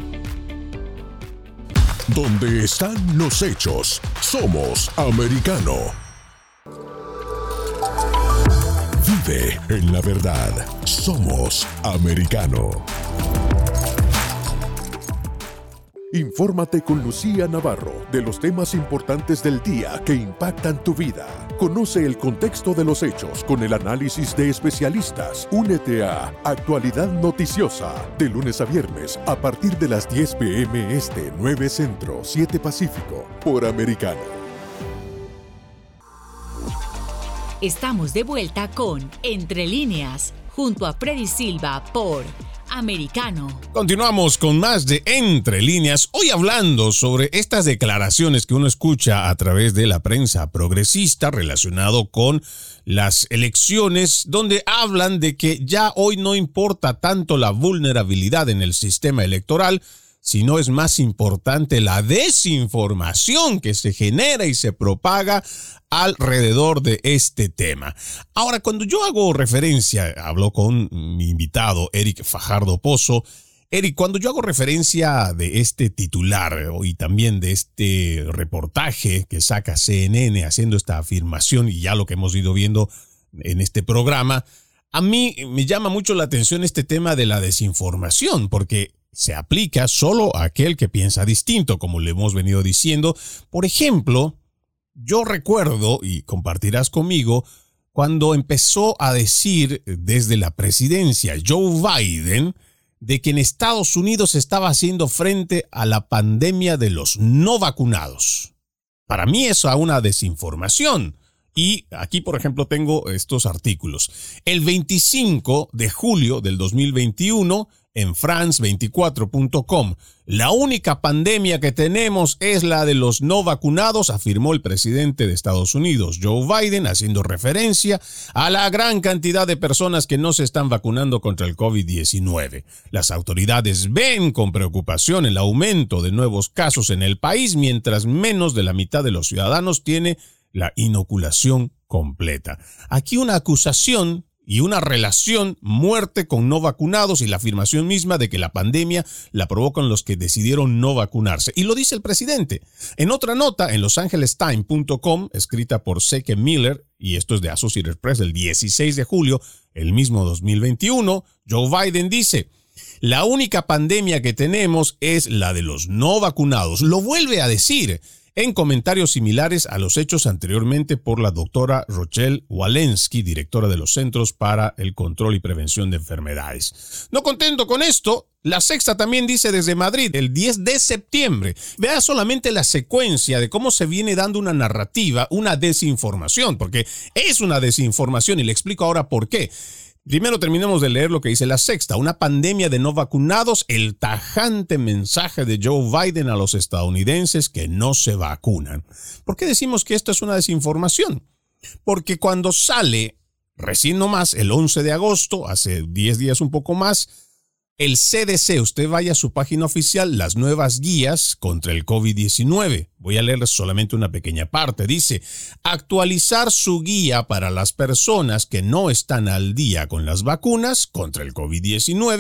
Donde están los hechos, somos Americano. Vive en la verdad, somos Americano. Infórmate con Lucía Navarro de los temas importantes del día que impactan tu vida. Conoce el contexto de los hechos con el análisis de especialistas. Únete a Actualidad Noticiosa de lunes a viernes a partir de las diez p m este, nueve centro, siete pacífico por Americano. Estamos de vuelta con Entre Líneas, junto a Freddy Silva por Americano. Continuamos con más de Entre Líneas, hoy hablando sobre estas declaraciones que uno escucha a través de la prensa progresista relacionado con las elecciones, donde hablan de que ya hoy no importa tanto la vulnerabilidad en el sistema electoral, sino es más importante la desinformación que se genera y se propaga alrededor de este tema. Ahora, cuando yo hago referencia, hablo con mi invitado, Eric Fajardo Pozo. Eric, cuando yo hago referencia de este titular y también de este reportaje que saca C N N haciendo esta afirmación y ya lo que hemos ido viendo en este programa, a mí me llama mucho la atención este tema de la desinformación, porque se aplica solo a aquel que piensa distinto, como le hemos venido diciendo. Por ejemplo, yo recuerdo, y compartirás conmigo, cuando empezó a decir desde la presidencia Joe Biden de que en Estados Unidos estaba haciendo frente a la pandemia de los no vacunados. Para mí eso es una desinformación. Y aquí, por ejemplo, tengo estos artículos. El veinticinco de julio del dos mil veintiuno, en France veinticuatro punto com, la única pandemia que tenemos es la de los no vacunados, afirmó el presidente de Estados Unidos, Joe Biden, haciendo referencia a la gran cantidad de personas que no se están vacunando contra el COVID diecinueve. Las autoridades ven con preocupación el aumento de nuevos casos en el país, mientras menos de la mitad de los ciudadanos tiene la inoculación completa. Aquí una acusación y una relación muerte con no vacunados y la afirmación misma de que la pandemia la provocan los que decidieron no vacunarse. Y lo dice el presidente. En otra nota, en los angeles times punto com, escrita por Seke Miller, y esto es de Associated Press del dieciséis de julio, el mismo dos mil veintiuno, Joe Biden dice: la única pandemia que tenemos es la de los no vacunados. Lo vuelve a decir en comentarios similares a los hechos anteriormente por la doctora Rochelle Walensky, directora de los Centros para el Control y Prevención de Enfermedades. No contento con esto, La Sexta también dice desde Madrid, el diez de septiembre. Vea solamente la secuencia de cómo se viene dando una narrativa, una desinformación, porque es una desinformación y le explico ahora por qué. Primero terminemos de leer lo que dice La Sexta. Una pandemia de no vacunados, el tajante mensaje de Joe Biden a los estadounidenses que no se vacunan. ¿Por qué decimos que esto es una desinformación? Porque cuando sale, recién nomás, el once de agosto, hace diez días un poco más, el C D C, usted vaya a su página oficial, las nuevas guías contra el COVID diecinueve. Voy a leerles solamente una pequeña parte. Dice: actualizar su guía para las personas que no están al día con las vacunas contra el COVID diecinueve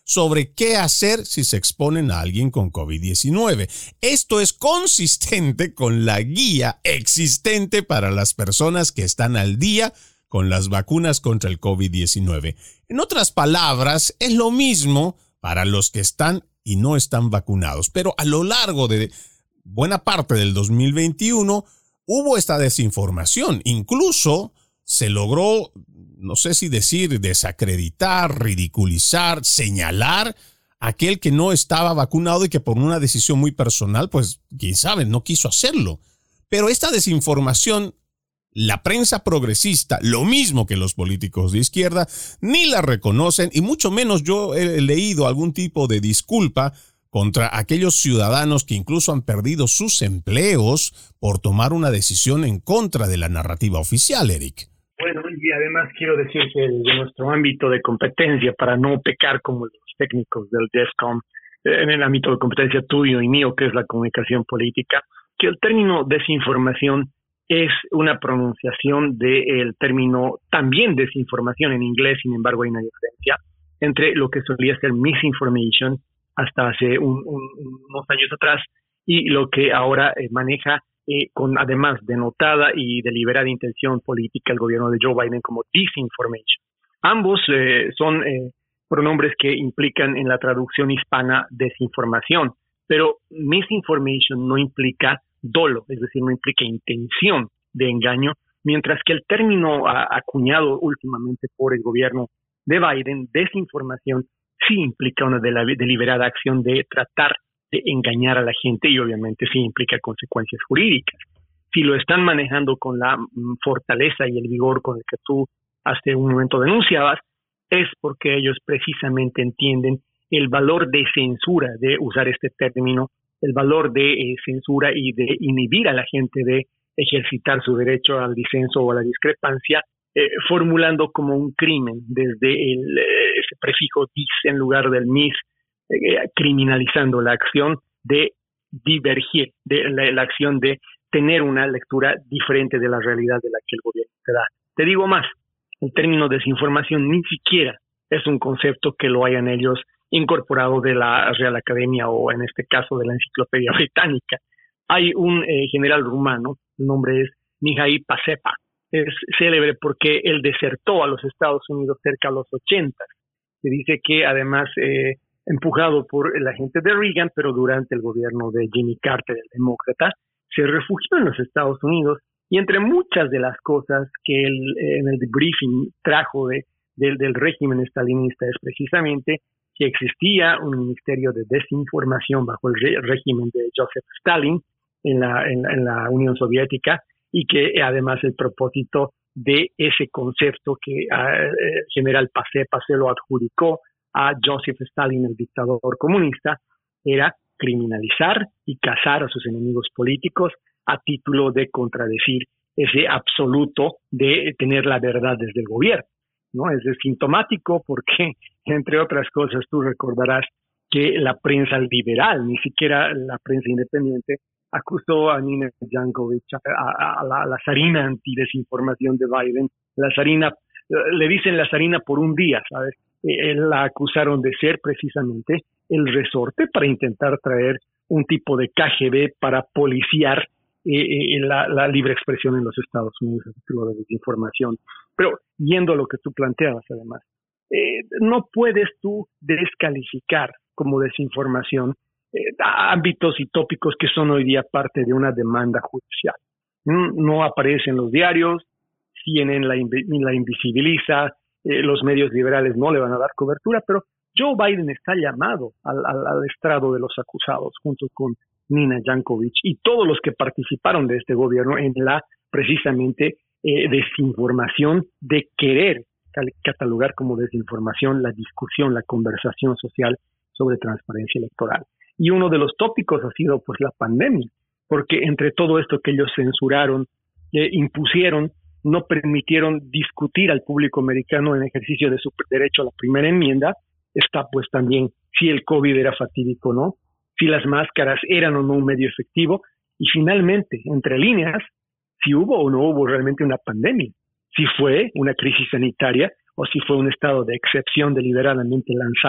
sobre qué hacer si se exponen a alguien con COVID diecinueve. Esto es consistente con la guía existente para las personas que están al día con las vacunas contra el COVID diecinueve. En otras palabras, es lo mismo para los que están y no están vacunados. Pero a lo largo de buena parte del dos mil veintiuno hubo esta desinformación. Incluso se logró, no sé si decir, desacreditar, ridiculizar, señalar a aquel que no estaba vacunado y que por una decisión muy personal, pues, quién sabe, no quiso hacerlo. Pero esta desinformación, la prensa progresista, lo mismo que los políticos de izquierda, ni la reconocen y mucho menos yo he leído algún tipo de disculpa contra aquellos ciudadanos que incluso han perdido sus empleos por tomar una decisión en contra de la narrativa oficial, Eric. Bueno, y además quiero decir que de nuestro ámbito de competencia, para no pecar como los técnicos del DEFCON, en el ámbito de competencia tuyo y mío, que es la comunicación política, que el término desinformación es una pronunciación del término también desinformación en inglés. Sin embargo, hay una diferencia entre lo que solía ser misinformation hasta hace un, un, unos años atrás y lo que ahora eh, maneja eh, con además denotada y deliberada intención política el gobierno de Joe Biden como disinformation. Ambos eh, son eh, pronombres que implican en la traducción hispana desinformación, pero misinformation no implica dolo, es decir, no implica intención de engaño, mientras que el término a, acuñado últimamente por el gobierno de Biden, desinformación, sí implica una de la, deliberada acción de tratar de engañar a la gente y obviamente sí implica consecuencias jurídicas. Si lo están manejando con la mm, fortaleza y el vigor con el que tú hace un momento denunciabas, es porque ellos precisamente entienden el valor de censura de usar este término, el valor de eh, censura y de inhibir a la gente de ejercitar su derecho al disenso o a la discrepancia, eh, formulando como un crimen desde el, eh, ese prefijo dis en lugar del mis, eh, criminalizando la acción de divergir, de la, la acción de tener una lectura diferente de la realidad de la que el gobierno te da. Te digo más, el término desinformación ni siquiera es un concepto que lo hayan ellos incorporado de la Real Academia o en este caso de la Enciclopedia Británica. Hay un eh, general rumano, su nombre es Mihai Pacepa, es célebre porque él desertó a los Estados Unidos cerca de los ochenta. Se dice que además eh, empujado por la gente de Reagan, pero durante el gobierno de Jimmy Carter, el demócrata, se refugió en los Estados Unidos y entre muchas de las cosas que él eh, en el debriefing trajo de, del, del régimen estalinista es precisamente que existía un ministerio de desinformación bajo el re- régimen de Joseph Stalin en la, en, en la Unión Soviética y que además el propósito de ese concepto que uh, el general Pacepa se lo adjudicó a Joseph Stalin, el dictador comunista, era criminalizar y cazar a sus enemigos políticos a título de contradecir ese absoluto de tener la verdad desde el gobierno, ¿no? Es sintomático porque, entre otras cosas, tú recordarás que la prensa liberal, ni siquiera la prensa independiente, acusó a Nina Jankovic, a, a, a, la, a la zarina antidesinformación de Biden. La zarina, le dicen la zarina por un día, ¿sabes? Eh, la acusaron de ser precisamente el resorte para intentar traer un tipo de K G B para policiar eh, eh, la, la libre expresión en los Estados Unidos, el título de desinformación. Pero yendo a lo que tú planteabas, además, eh, no puedes tú descalificar como desinformación eh, ámbitos y tópicos que son hoy día parte de una demanda judicial. Mm, no aparece en los diarios, C N N la, inv- la invisibiliza, eh, los medios liberales no le van a dar cobertura, pero Joe Biden está llamado al, al, al estrado de los acusados junto con Nina Jankovic y todos los que participaron de este gobierno en la precisamente eh, desinformación, de querer catalogar como desinformación la discusión, la conversación social sobre transparencia electoral. Y uno de los tópicos ha sido pues la pandemia, porque entre todo esto que ellos censuraron, eh, impusieron, no permitieron discutir al público americano en ejercicio de su derecho a la primera enmienda, está pues también si el COVID era fatídico o no, si las máscaras eran o no un medio efectivo, y finalmente, entre líneas, si hubo o no hubo realmente una pandemia, si fue una crisis sanitaria o si fue un estado de excepción deliberadamente lanzado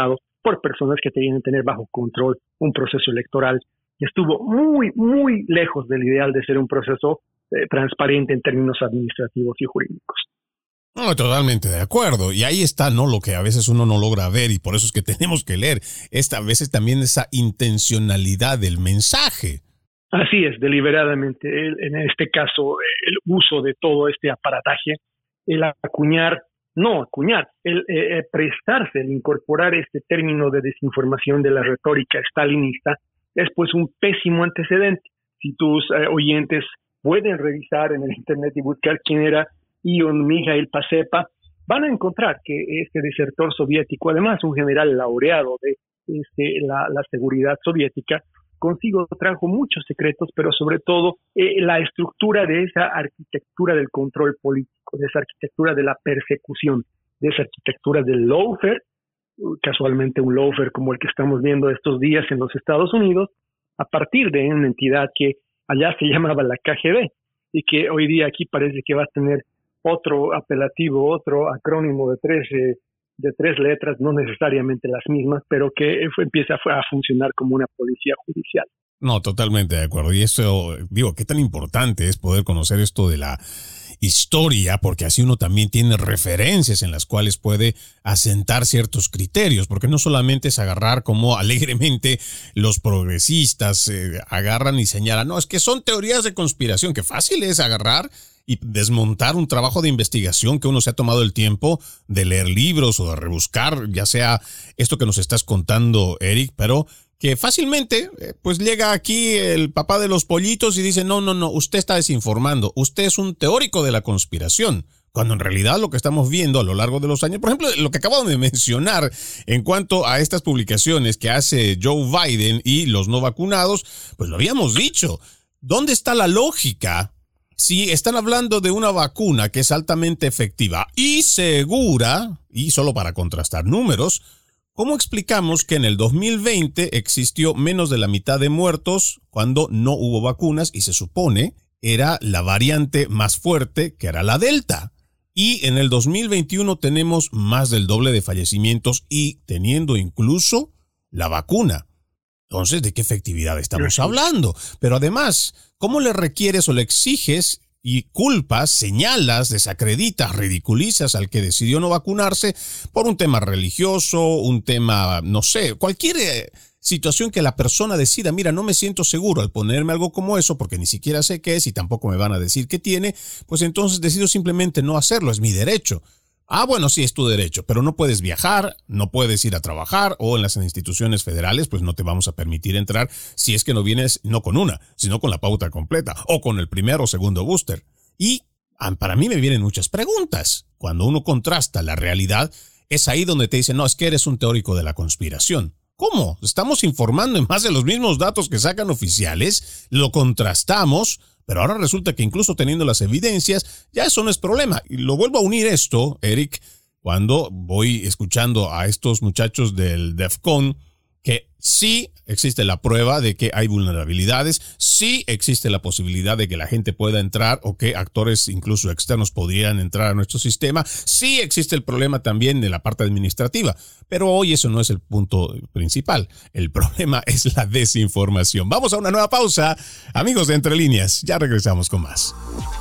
por personas que querían tener bajo control un proceso electoral que estuvo muy, muy lejos del ideal de ser un proceso eh, transparente en términos administrativos y jurídicos. No, totalmente de acuerdo. Y ahí está, ¿no? Lo que a veces uno no logra ver y por eso es que tenemos que leer. Esta, a veces también esa intencionalidad del mensaje. Así es, deliberadamente. El, en este caso, el uso de todo este aparataje, el acuñar, no acuñar, el eh, prestarse, el incorporar este término de desinformación de la retórica stalinista es pues un pésimo antecedente. Si tus eh, oyentes pueden revisar en el internet y buscar quién era Ion Mikhail Pacepa, van a encontrar que este desertor soviético, además un general laureado de este, la, la seguridad soviética, consigo trajo muchos secretos, pero sobre todo eh, la estructura de esa arquitectura del control político, de esa arquitectura de la persecución, de esa arquitectura del lawfare, casualmente un lawfare como el que estamos viendo estos días en los Estados Unidos, a partir de una entidad que allá se llamaba la K G B y que hoy día aquí parece que va a tener otro apelativo, otro acrónimo de tres, eh, de tres letras, no necesariamente las mismas, pero que fue, empieza a funcionar como una policía judicial. No, totalmente de acuerdo. Y eso, digo, qué tan importante es poder conocer esto de la historia, porque así uno también tiene referencias en las cuales puede asentar ciertos criterios, porque no solamente es agarrar como alegremente los progresistas eh, agarran y señalan, no, es que son teorías de conspiración, que fácil es agarrar y desmontar un trabajo de investigación que uno se ha tomado el tiempo de leer libros o de rebuscar, ya sea esto que nos estás contando, Eric, pero que fácilmente eh, pues llega aquí el papá de los pollitos y dice, no, no, no, usted está desinformando, usted es un teórico de la conspiración, cuando en realidad lo que estamos viendo a lo largo de los años, por ejemplo, lo que acabo de mencionar en cuanto a estas publicaciones que hace Joe Biden y los no vacunados, pues lo habíamos dicho, ¿dónde está la lógica? Si están hablando de una vacuna que es altamente efectiva y segura, y solo para contrastar números, ¿cómo explicamos que en el dos mil veinte existió menos de la mitad de muertos cuando no hubo vacunas y se supone era la variante más fuerte que era la Delta? Y en el dos mil veintiuno tenemos más del doble de fallecimientos y teniendo incluso la vacuna. Entonces, ¿de qué efectividad estamos hablando? Pero además, ¿cómo le requieres o le exiges y culpas, señalas, desacreditas, ridiculizas al que decidió no vacunarse por un tema religioso, un tema, no sé, cualquier eh, situación que la persona decida, mira, no me siento seguro al ponerme algo como eso porque ni siquiera sé qué es y tampoco me van a decir qué tiene, pues entonces decido simplemente no hacerlo, es mi derecho. Ah, bueno, sí, es tu derecho, pero no puedes viajar, no puedes ir a trabajar o en las instituciones federales, pues no te vamos a permitir entrar si es que no vienes no con una, sino con la pauta completa o con el primer o segundo booster. Y para mí me vienen muchas preguntas. Cuando uno contrasta la realidad, es ahí donde te dicen, no, es que eres un teórico de la conspiración. ¿Cómo? Estamos informando en base a los mismos datos que sacan oficiales, lo contrastamos, pero ahora resulta que incluso teniendo las evidencias, ya eso no es problema. Y lo vuelvo a unir esto, Eric, cuando voy escuchando a estos muchachos del DEFCON, que sí existe la prueba de que hay vulnerabilidades, sí existe la posibilidad de que la gente pueda entrar o que actores incluso externos podrían entrar a nuestro sistema, sí existe el problema también de la parte administrativa, pero hoy eso no es el punto principal, el problema es la desinformación. Vamos a una nueva pausa, amigos de Entre Líneas, ya regresamos con más.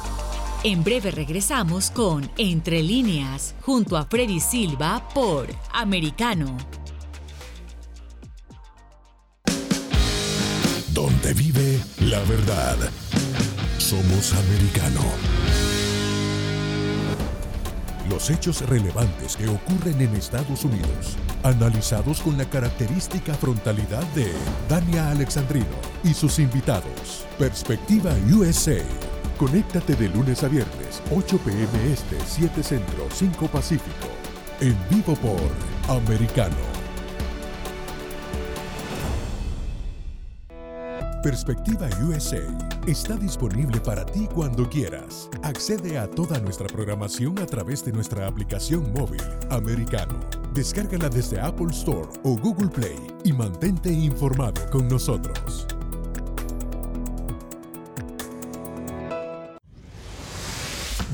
En breve regresamos con Entre Líneas, junto a Freddy Silva por Americano. Donde vive la verdad. Somos Americano. Los hechos relevantes que ocurren en Estados Unidos, analizados con la característica frontalidad de Dania Alexandrino y sus invitados. Perspectiva U S A. Conéctate de lunes a viernes, ocho p m este, siete centro, cinco pacífico. En vivo por Americano. Perspectiva U S A está disponible para ti cuando quieras. Accede a toda nuestra programación a través de nuestra aplicación móvil, Americano. Descárgala desde Apple Store o Google Play y mantente informado con nosotros.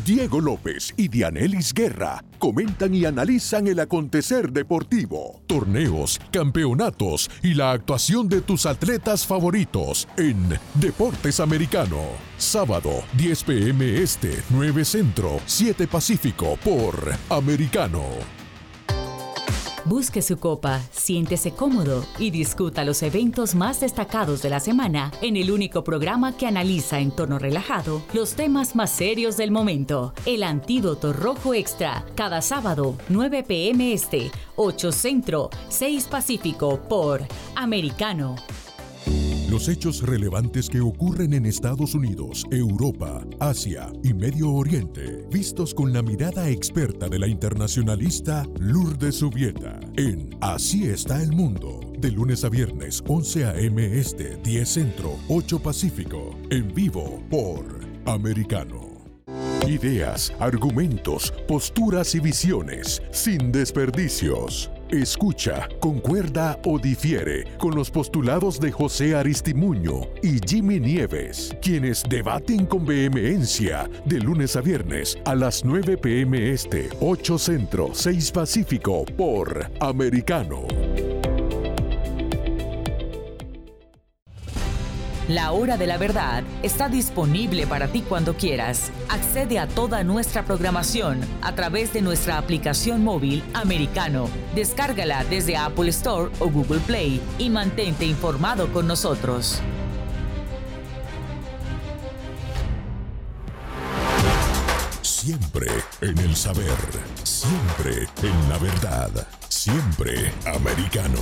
Diego López y Dianelis Guerra comentan y analizan el acontecer deportivo, torneos, campeonatos y la actuación de tus atletas favoritos en Deportes Americano. Sábado, diez p m Este, nueve Centro, siete Pacífico por Americano. Busque su copa, siéntese cómodo y discuta los eventos más destacados de la semana en el único programa que analiza en tono relajado los temas más serios del momento. El Antídoto Rojo Extra, cada sábado, nueve p m Este, ocho Centro, seis Pacífico por Americano. Los hechos relevantes que ocurren en Estados Unidos, Europa, Asia y Medio Oriente, vistos con la mirada experta de la internacionalista Lourdes Subieta, en Así está el mundo, de lunes a viernes, once a m Este, diez Centro, ocho Pacífico, en vivo por Americano. Ideas, argumentos, posturas y visiones, sin desperdicios. Escucha, concuerda o difiere con los postulados de José Aristimuño y Jimmy Nieves, quienes debaten con vehemencia de lunes a viernes a las nueve p m Este, ocho Centro, seis Pacífico por Americano. La Hora de la Verdad está disponible para ti cuando quieras. Accede a toda nuestra programación a través de nuestra aplicación móvil Americano. Descárgala desde Apple Store o Google Play y mantente informado con nosotros. Siempre en el saber, siempre en la verdad, siempre Americano.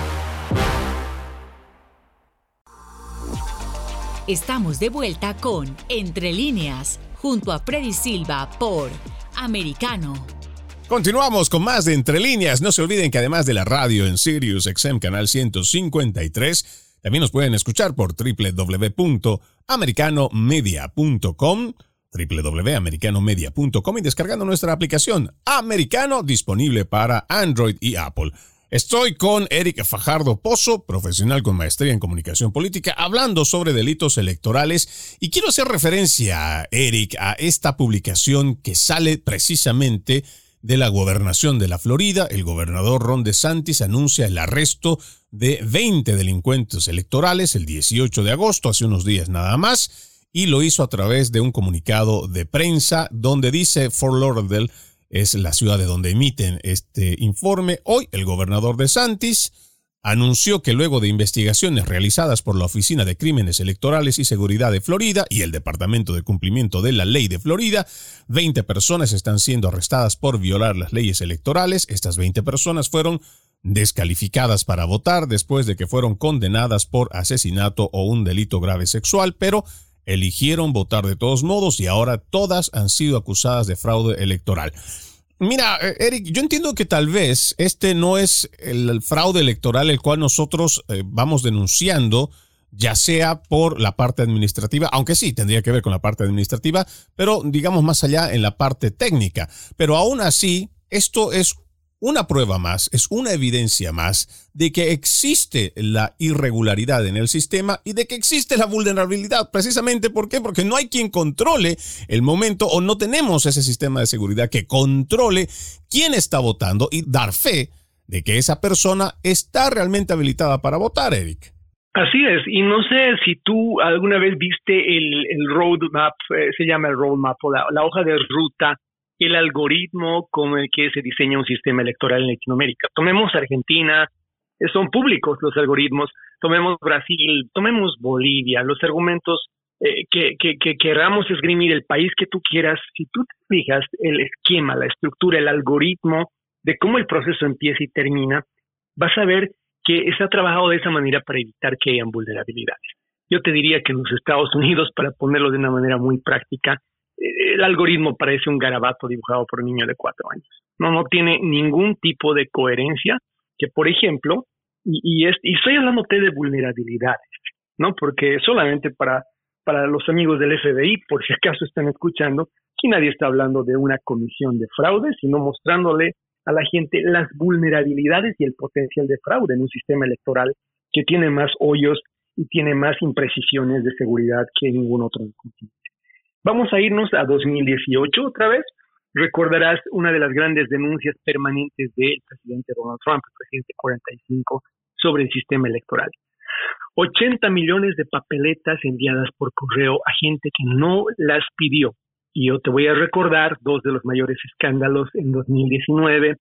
Estamos de vuelta con Entre Líneas, junto a Freddy Silva por Americano. Continuamos con más de Entre Líneas. No se olviden que además de la radio en Sirius X M canal ciento cincuenta y tres, también nos pueden escuchar por doble u doble u doble u punto americano media punto com, doble u doble u doble u punto americano media punto com y descargando nuestra aplicación Americano disponible para Android y Apple. Estoy con Eric Fajardo Pozo, profesional con maestría en comunicación política, hablando sobre delitos electorales. Y quiero hacer referencia, Eric, a esta publicación que sale precisamente de la gobernación de la Florida. El gobernador Ron DeSantis anuncia el arresto de veinte delincuentes electorales el dieciocho de agosto, hace unos días nada más, y lo hizo a través de un comunicado de prensa donde dice Fort Lauderdale es la ciudad de donde emiten este informe. Hoy el gobernador DeSantis anunció que luego de investigaciones realizadas por la Oficina de Crímenes Electorales y Seguridad de Florida y el Departamento de Cumplimiento de la Ley de Florida, veinte personas están siendo arrestadas por violar las leyes electorales. Estas veinte personas fueron descalificadas para votar después de que fueron condenadas por asesinato o un delito grave sexual, pero eligieron votar de todos modos y ahora todas han sido acusadas de fraude electoral. Mira, Eric, yo entiendo que tal vez este no es el fraude electoral el cual nosotros eh, vamos denunciando, ya sea por la parte administrativa, aunque sí tendría que ver con la parte administrativa, pero digamos más allá en la parte técnica. Pero aún así, esto es una prueba más, es una evidencia más de que existe la irregularidad en el sistema y de que existe la vulnerabilidad. Precisamente, ¿por qué? Porque no hay quien controle el momento o no tenemos ese sistema de seguridad que controle quién está votando y dar fe de que esa persona está realmente habilitada para votar, Eric. Así es, y no sé si tú alguna vez viste el, el roadmap, eh, se llama el roadmap, o la, la hoja de ruta, el algoritmo con el que se diseña un sistema electoral en Latinoamérica. Tomemos Argentina, son públicos los algoritmos, tomemos Brasil, tomemos Bolivia, los argumentos eh, que, que, que queramos esgrimir, el país que tú quieras, si tú te fijas el esquema, la estructura, el algoritmo de cómo el proceso empieza y termina, vas a ver que está trabajado de esa manera para evitar que hayan vulnerabilidades. Yo te diría que en los Estados Unidos, para ponerlo de una manera muy práctica, el algoritmo parece un garabato dibujado por un niño de cuatro años. No, no tiene ningún tipo de coherencia que, por ejemplo, y, y, es, y estoy hablándote de vulnerabilidades, ¿no? Porque solamente para, para los amigos del F B I, por si acaso están escuchando, aquí nadie está hablando de una comisión de fraude, sino mostrándole a la gente las vulnerabilidades y el potencial de fraude en un sistema electoral que tiene más hoyos y tiene más imprecisiones de seguridad que ningún otro continente. Vamos a irnos a dos mil dieciocho otra vez. Recordarás una de las grandes denuncias permanentes del presidente Donald Trump, el presidente cuarenta y cinco, sobre el sistema electoral. ochenta millones de papeletas enviadas por correo a gente que no las pidió. Y yo te voy a recordar dos de los mayores escándalos en dos mil diecinueve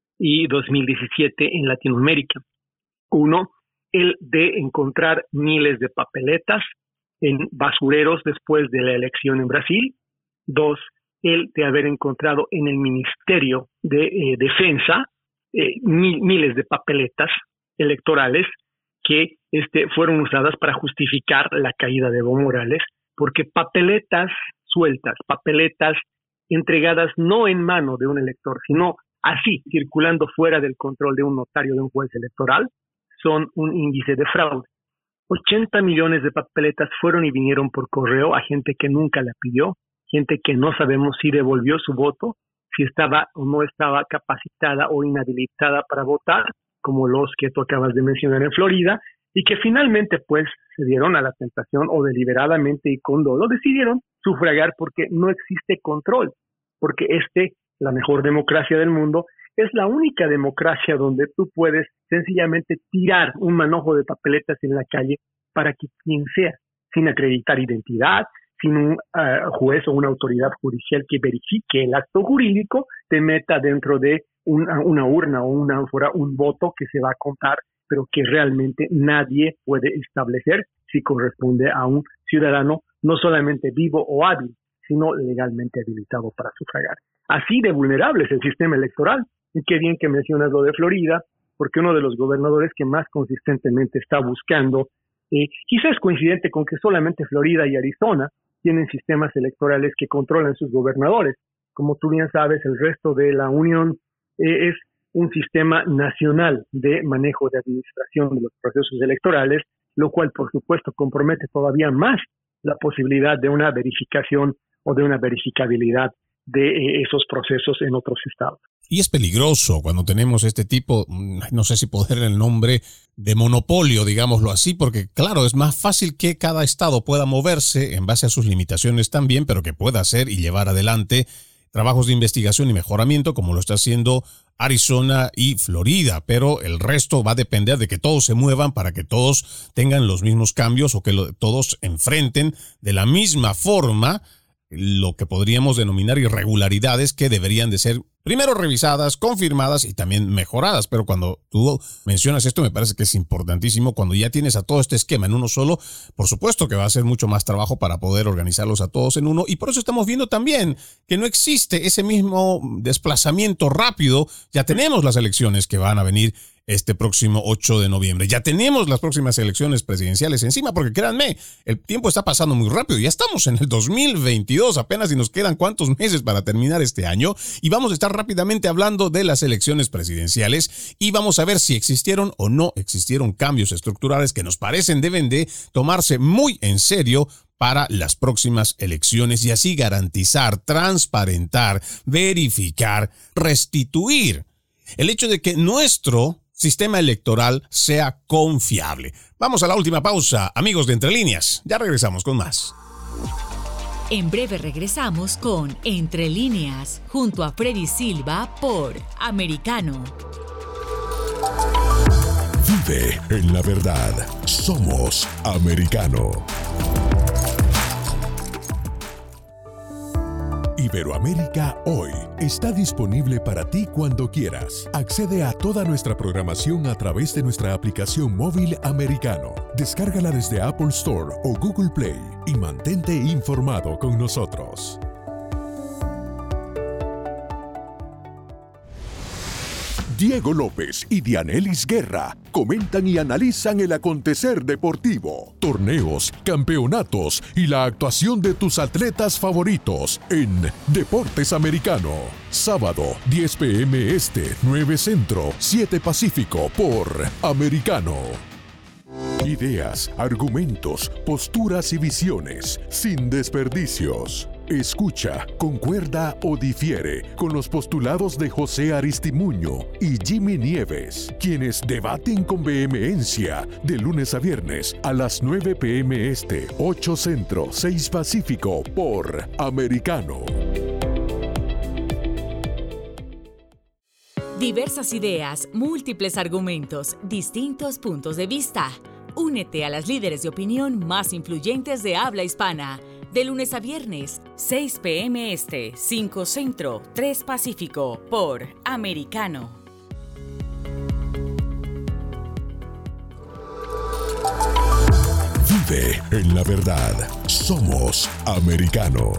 y dos mil diecisiete en Latinoamérica. Uno, el de encontrar miles de papeletas en basureros después de la elección en Brasil. Dos, el de haber encontrado en el Ministerio de eh, Defensa eh, mil, miles de papeletas electorales que este, fueron usadas para justificar la caída de Evo Morales, porque papeletas sueltas, papeletas entregadas no en mano de un elector, sino así, circulando fuera del control de un notario, de un juez electoral, son un índice de fraude. ochenta millones de papeletas fueron y vinieron por correo a gente que nunca la pidió, gente que no sabemos si devolvió su voto, si estaba o no estaba capacitada o inhabilitada para votar, como los que tú acabas de mencionar en Florida, y que finalmente pues se dieron a la tentación o deliberadamente y con dolo decidieron sufragar porque no existe control, porque este, la mejor democracia del mundo, es la única democracia donde tú puedes sencillamente tirar un manojo de papeletas en la calle para que quien sea, sin acreditar identidad, sin un uh, juez o una autoridad judicial que verifique el acto jurídico, te meta dentro de una, una urna o una ánfora un voto que se va a contar, pero que realmente nadie puede establecer si corresponde a un ciudadano no solamente vivo o hábil, sino legalmente habilitado para sufragar. Así de vulnerable es el sistema electoral. Y qué bien que mencionas lo de Florida, porque uno de los gobernadores que más consistentemente está buscando, eh, quizás coincidente con que solamente Florida y Arizona tienen sistemas electorales que controlan sus gobernadores. Como tú bien sabes, el resto de la Unión eh, es un sistema nacional de manejo de administración de los procesos electorales, lo cual, por supuesto, compromete todavía más la posibilidad de una verificación o de una verificabilidad de eh, esos procesos en otros estados. Y es peligroso cuando tenemos este tipo, no sé si ponerle el nombre de monopolio, digámoslo así, porque claro, es más fácil que cada estado pueda moverse en base a sus limitaciones también, pero que pueda hacer y llevar adelante trabajos de investigación y mejoramiento como lo está haciendo Arizona y Florida, pero el resto va a depender de que todos se muevan para que todos tengan los mismos cambios o que lo, todos enfrenten de la misma forma lo que podríamos denominar irregularidades que deberían de ser primero revisadas, confirmadas y también mejoradas. Pero cuando tú mencionas esto me parece que es importantísimo. Cuando ya tienes a todo este esquema en uno solo, por supuesto que va a ser mucho más trabajo para poder organizarlos a todos en uno, y por eso estamos viendo también que no existe ese mismo desplazamiento rápido. Ya tenemos las elecciones que van a venir este próximo ocho de noviembre. Ya tenemos las próximas elecciones presidenciales encima, porque créanme, el tiempo está pasando muy rápido. Ya estamos en el dos mil veintidós, apenas y nos quedan cuántos meses para terminar este año, y vamos a estar rápidamente hablando de las elecciones presidenciales y vamos a ver si existieron o no existieron cambios estructurales que nos parecen deben de tomarse muy en serio para las próximas elecciones y así garantizar, transparentar, verificar, restituir el hecho de que nuestro sistema electoral sea confiable. Vamos a la última pausa, amigos de Entre Líneas. Ya regresamos con más. En breve regresamos con Entre Líneas, junto a Freddy Silva por Americano. Vive en la verdad. Somos Americano. Iberoamérica Hoy está disponible para ti cuando quieras. Accede a toda nuestra programación a través de nuestra aplicación móvil Americano. Descárgala desde Apple Store o Google Play y mantente informado con nosotros. Diego López y Dianelis Guerra comentan y analizan el acontecer deportivo, torneos, campeonatos y la actuación de tus atletas favoritos en Deportes Americano. Sábado, diez p m Este, nueve Centro, siete Pacífico por Americano. Ideas, argumentos, posturas y visiones sin desperdicios. Escucha, concuerda o difiere con los postulados de José Aristimuño y Jimmy Nieves, quienes debaten con vehemencia de lunes a viernes a las nueve p.m. Este, ocho Centro, seis Pacífico por Americano. Diversas ideas, múltiples argumentos, distintos puntos de vista. Únete a las líderes de opinión más influyentes de habla hispana. De lunes a viernes, seis p.m. Este, cinco Centro, tres Pacífico, por Americano. Vive en la verdad. Somos Americano.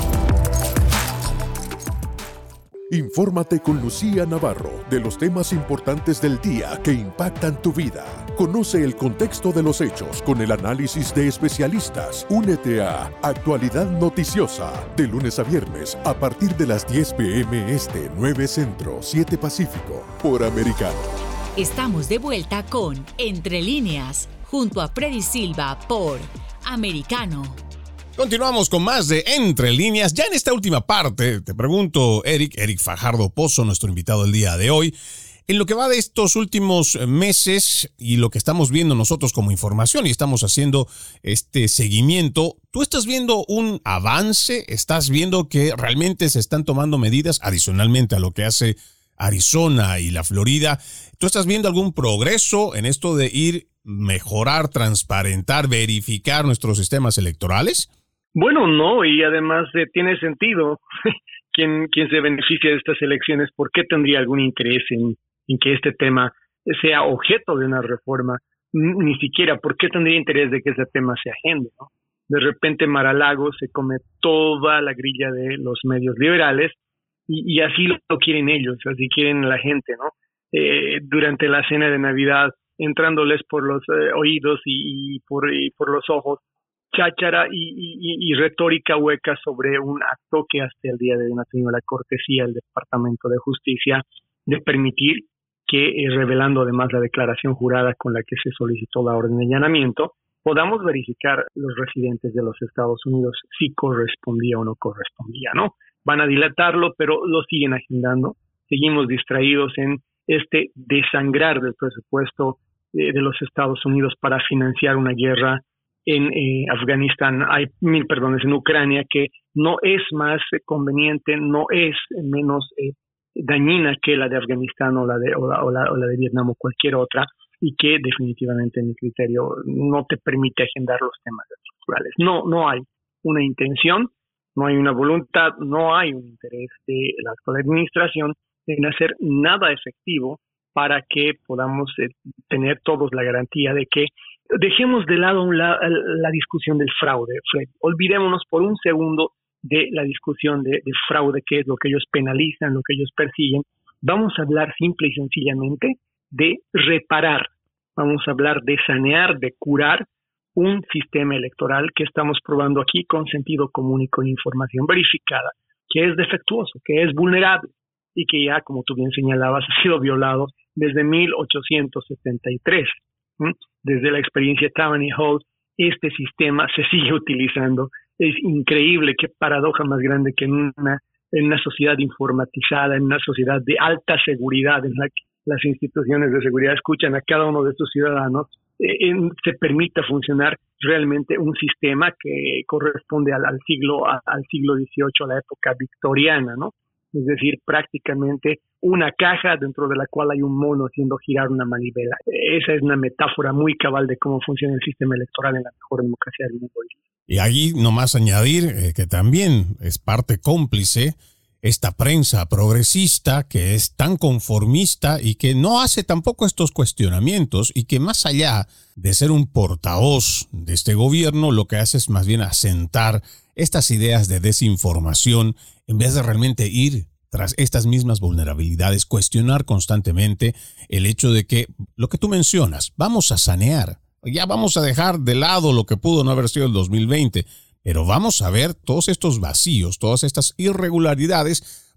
Infórmate con Lucía Navarro de los temas importantes del día que impactan tu vida. Conoce el contexto de los hechos con el análisis de especialistas. Únete a Actualidad Noticiosa de lunes a viernes a partir de las diez p.m. Este, nueve Centro, siete Pacífico por Americano. Estamos de vuelta con Entre Líneas junto a Freddy Silva por Americano. Continuamos con más de Entre Líneas. Ya en esta última parte, te pregunto, Eric, Eric Fajardo Pozo, nuestro invitado el día de hoy, en lo que va de estos últimos meses y lo que estamos viendo nosotros como información y estamos haciendo este seguimiento, ¿tú estás viendo un avance? ¿Estás viendo que realmente se están tomando medidas adicionalmente a lo que hace Arizona y la Florida? ¿Tú estás viendo algún progreso en esto de ir, mejorar, transparentar, verificar nuestros sistemas electorales? Bueno, no, y además eh, tiene sentido. quien, quien se beneficia de estas elecciones, ¿por qué tendría algún interés en, en que este tema sea objeto de una reforma? Ni siquiera, ¿por qué tendría interés de que ese tema se agende, ¿no? De repente Mar-a-Lago se come toda la grilla de los medios liberales y, y así lo quieren ellos, así quieren la gente, ¿no? Eh, durante la cena de Navidad, entrándoles por los eh, oídos y, y, por, y por los ojos, cháchara y, y, y retórica hueca sobre un acto que hasta el día de hoy no ha tenido la cortesía del Departamento de Justicia de permitir que, eh, revelando además la declaración jurada con la que se solicitó la orden de allanamiento, podamos verificar los residentes de los Estados Unidos si correspondía o no correspondía, ¿no? Van a dilatarlo, pero lo siguen agendando. Seguimos distraídos en este desangrar del presupuesto eh, de los Estados Unidos para financiar una guerra en eh, Afganistán, hay mil perdones, en Ucrania, que no es más eh, conveniente, no es menos eh, dañina que la de Afganistán o la de, o la, o, la, o la de Vietnam o cualquier otra, y que definitivamente en mi criterio no te permite agendar los temas estructurales. No, no hay una intención, no hay una voluntad, no hay un interés de la actual administración en hacer nada efectivo para que podamos eh, tener todos la garantía de que dejemos de lado la, la discusión del fraude, Fred. Olvidémonos por un segundo de la discusión de, de fraude, que es lo que ellos penalizan, lo que ellos persiguen. Vamos a hablar simple y sencillamente de reparar. Vamos a hablar de sanear, de curar un sistema electoral que estamos probando aquí con sentido común y con información verificada, que es defectuoso, que es vulnerable y que ya, como tú bien señalabas, ha sido violado desde mil ochocientos setenta y tres. ¿Mm? Desde la experiencia Tammany Hall, este sistema se sigue utilizando. Es increíble, qué paradoja más grande que en una, en una sociedad informatizada, en una sociedad de alta seguridad, en la que las instituciones de seguridad escuchan a cada uno de estos ciudadanos, eh, en, se permita funcionar realmente un sistema que corresponde al, al siglo a, al siglo dieciocho, a la época victoriana, ¿no? Es decir, prácticamente una caja dentro de la cual hay un mono haciendo girar una manivela. Esa es una metáfora muy cabal de cómo funciona el sistema electoral en la mejor democracia del mundo. Y ahí nomás añadir eh, que también es parte cómplice esta prensa progresista que es tan conformista y que no hace tampoco estos cuestionamientos y que más allá de ser un portavoz de este gobierno, lo que hace es más bien asentar estas ideas de desinformación en vez de realmente ir tras estas mismas vulnerabilidades, cuestionar constantemente el hecho de que lo que tú mencionas, vamos a sanear, ya vamos a dejar de lado lo que pudo no haber sido el dos mil veinte, pero vamos a ver todos estos vacíos, todas estas irregularidades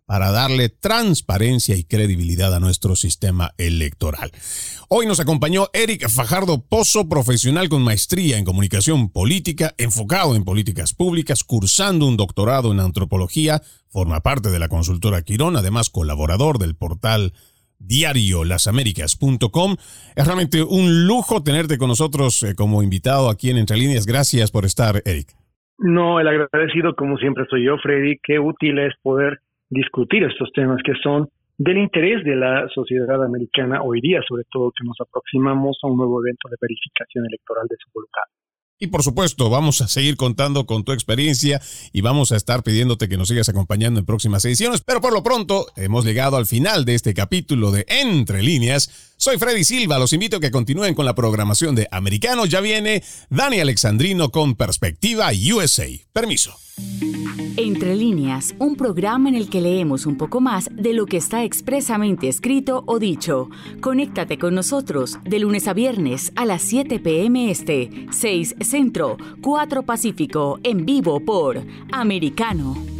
para darle transparencia y credibilidad a nuestro sistema electoral. Hoy nos acompañó Eric Fajardo Pozo, profesional con maestría en comunicación política, enfocado en políticas públicas, cursando un doctorado en antropología, forma parte de la consultora Quirón, además colaborador del portal diario las américas punto com. Es realmente un lujo tenerte con nosotros eh, como invitado aquí en Entre Líneas. Gracias por estar, Eric. No, el agradecido como siempre soy yo, Freddy. Qué útil es poder discutir estos temas que son del interés de la sociedad americana hoy día, sobre todo que nos aproximamos a un nuevo evento de verificación electoral de su voluntad. Y por supuesto, vamos a seguir contando con tu experiencia y vamos a estar pidiéndote que nos sigas acompañando en próximas ediciones. Pero por lo pronto, hemos llegado al final de este capítulo de Entre Líneas. Soy Freddy Silva, los invito a que continúen con la programación de Americano. Ya viene Dani Alexandrino con Perspectiva U S A. Permiso. Entre Líneas, un programa en el que leemos un poco más de lo que está expresamente escrito o dicho. Conéctate con nosotros de lunes a viernes a las siete p.m. Este, seis Centro, cuatro Pacífico, en vivo por Americano.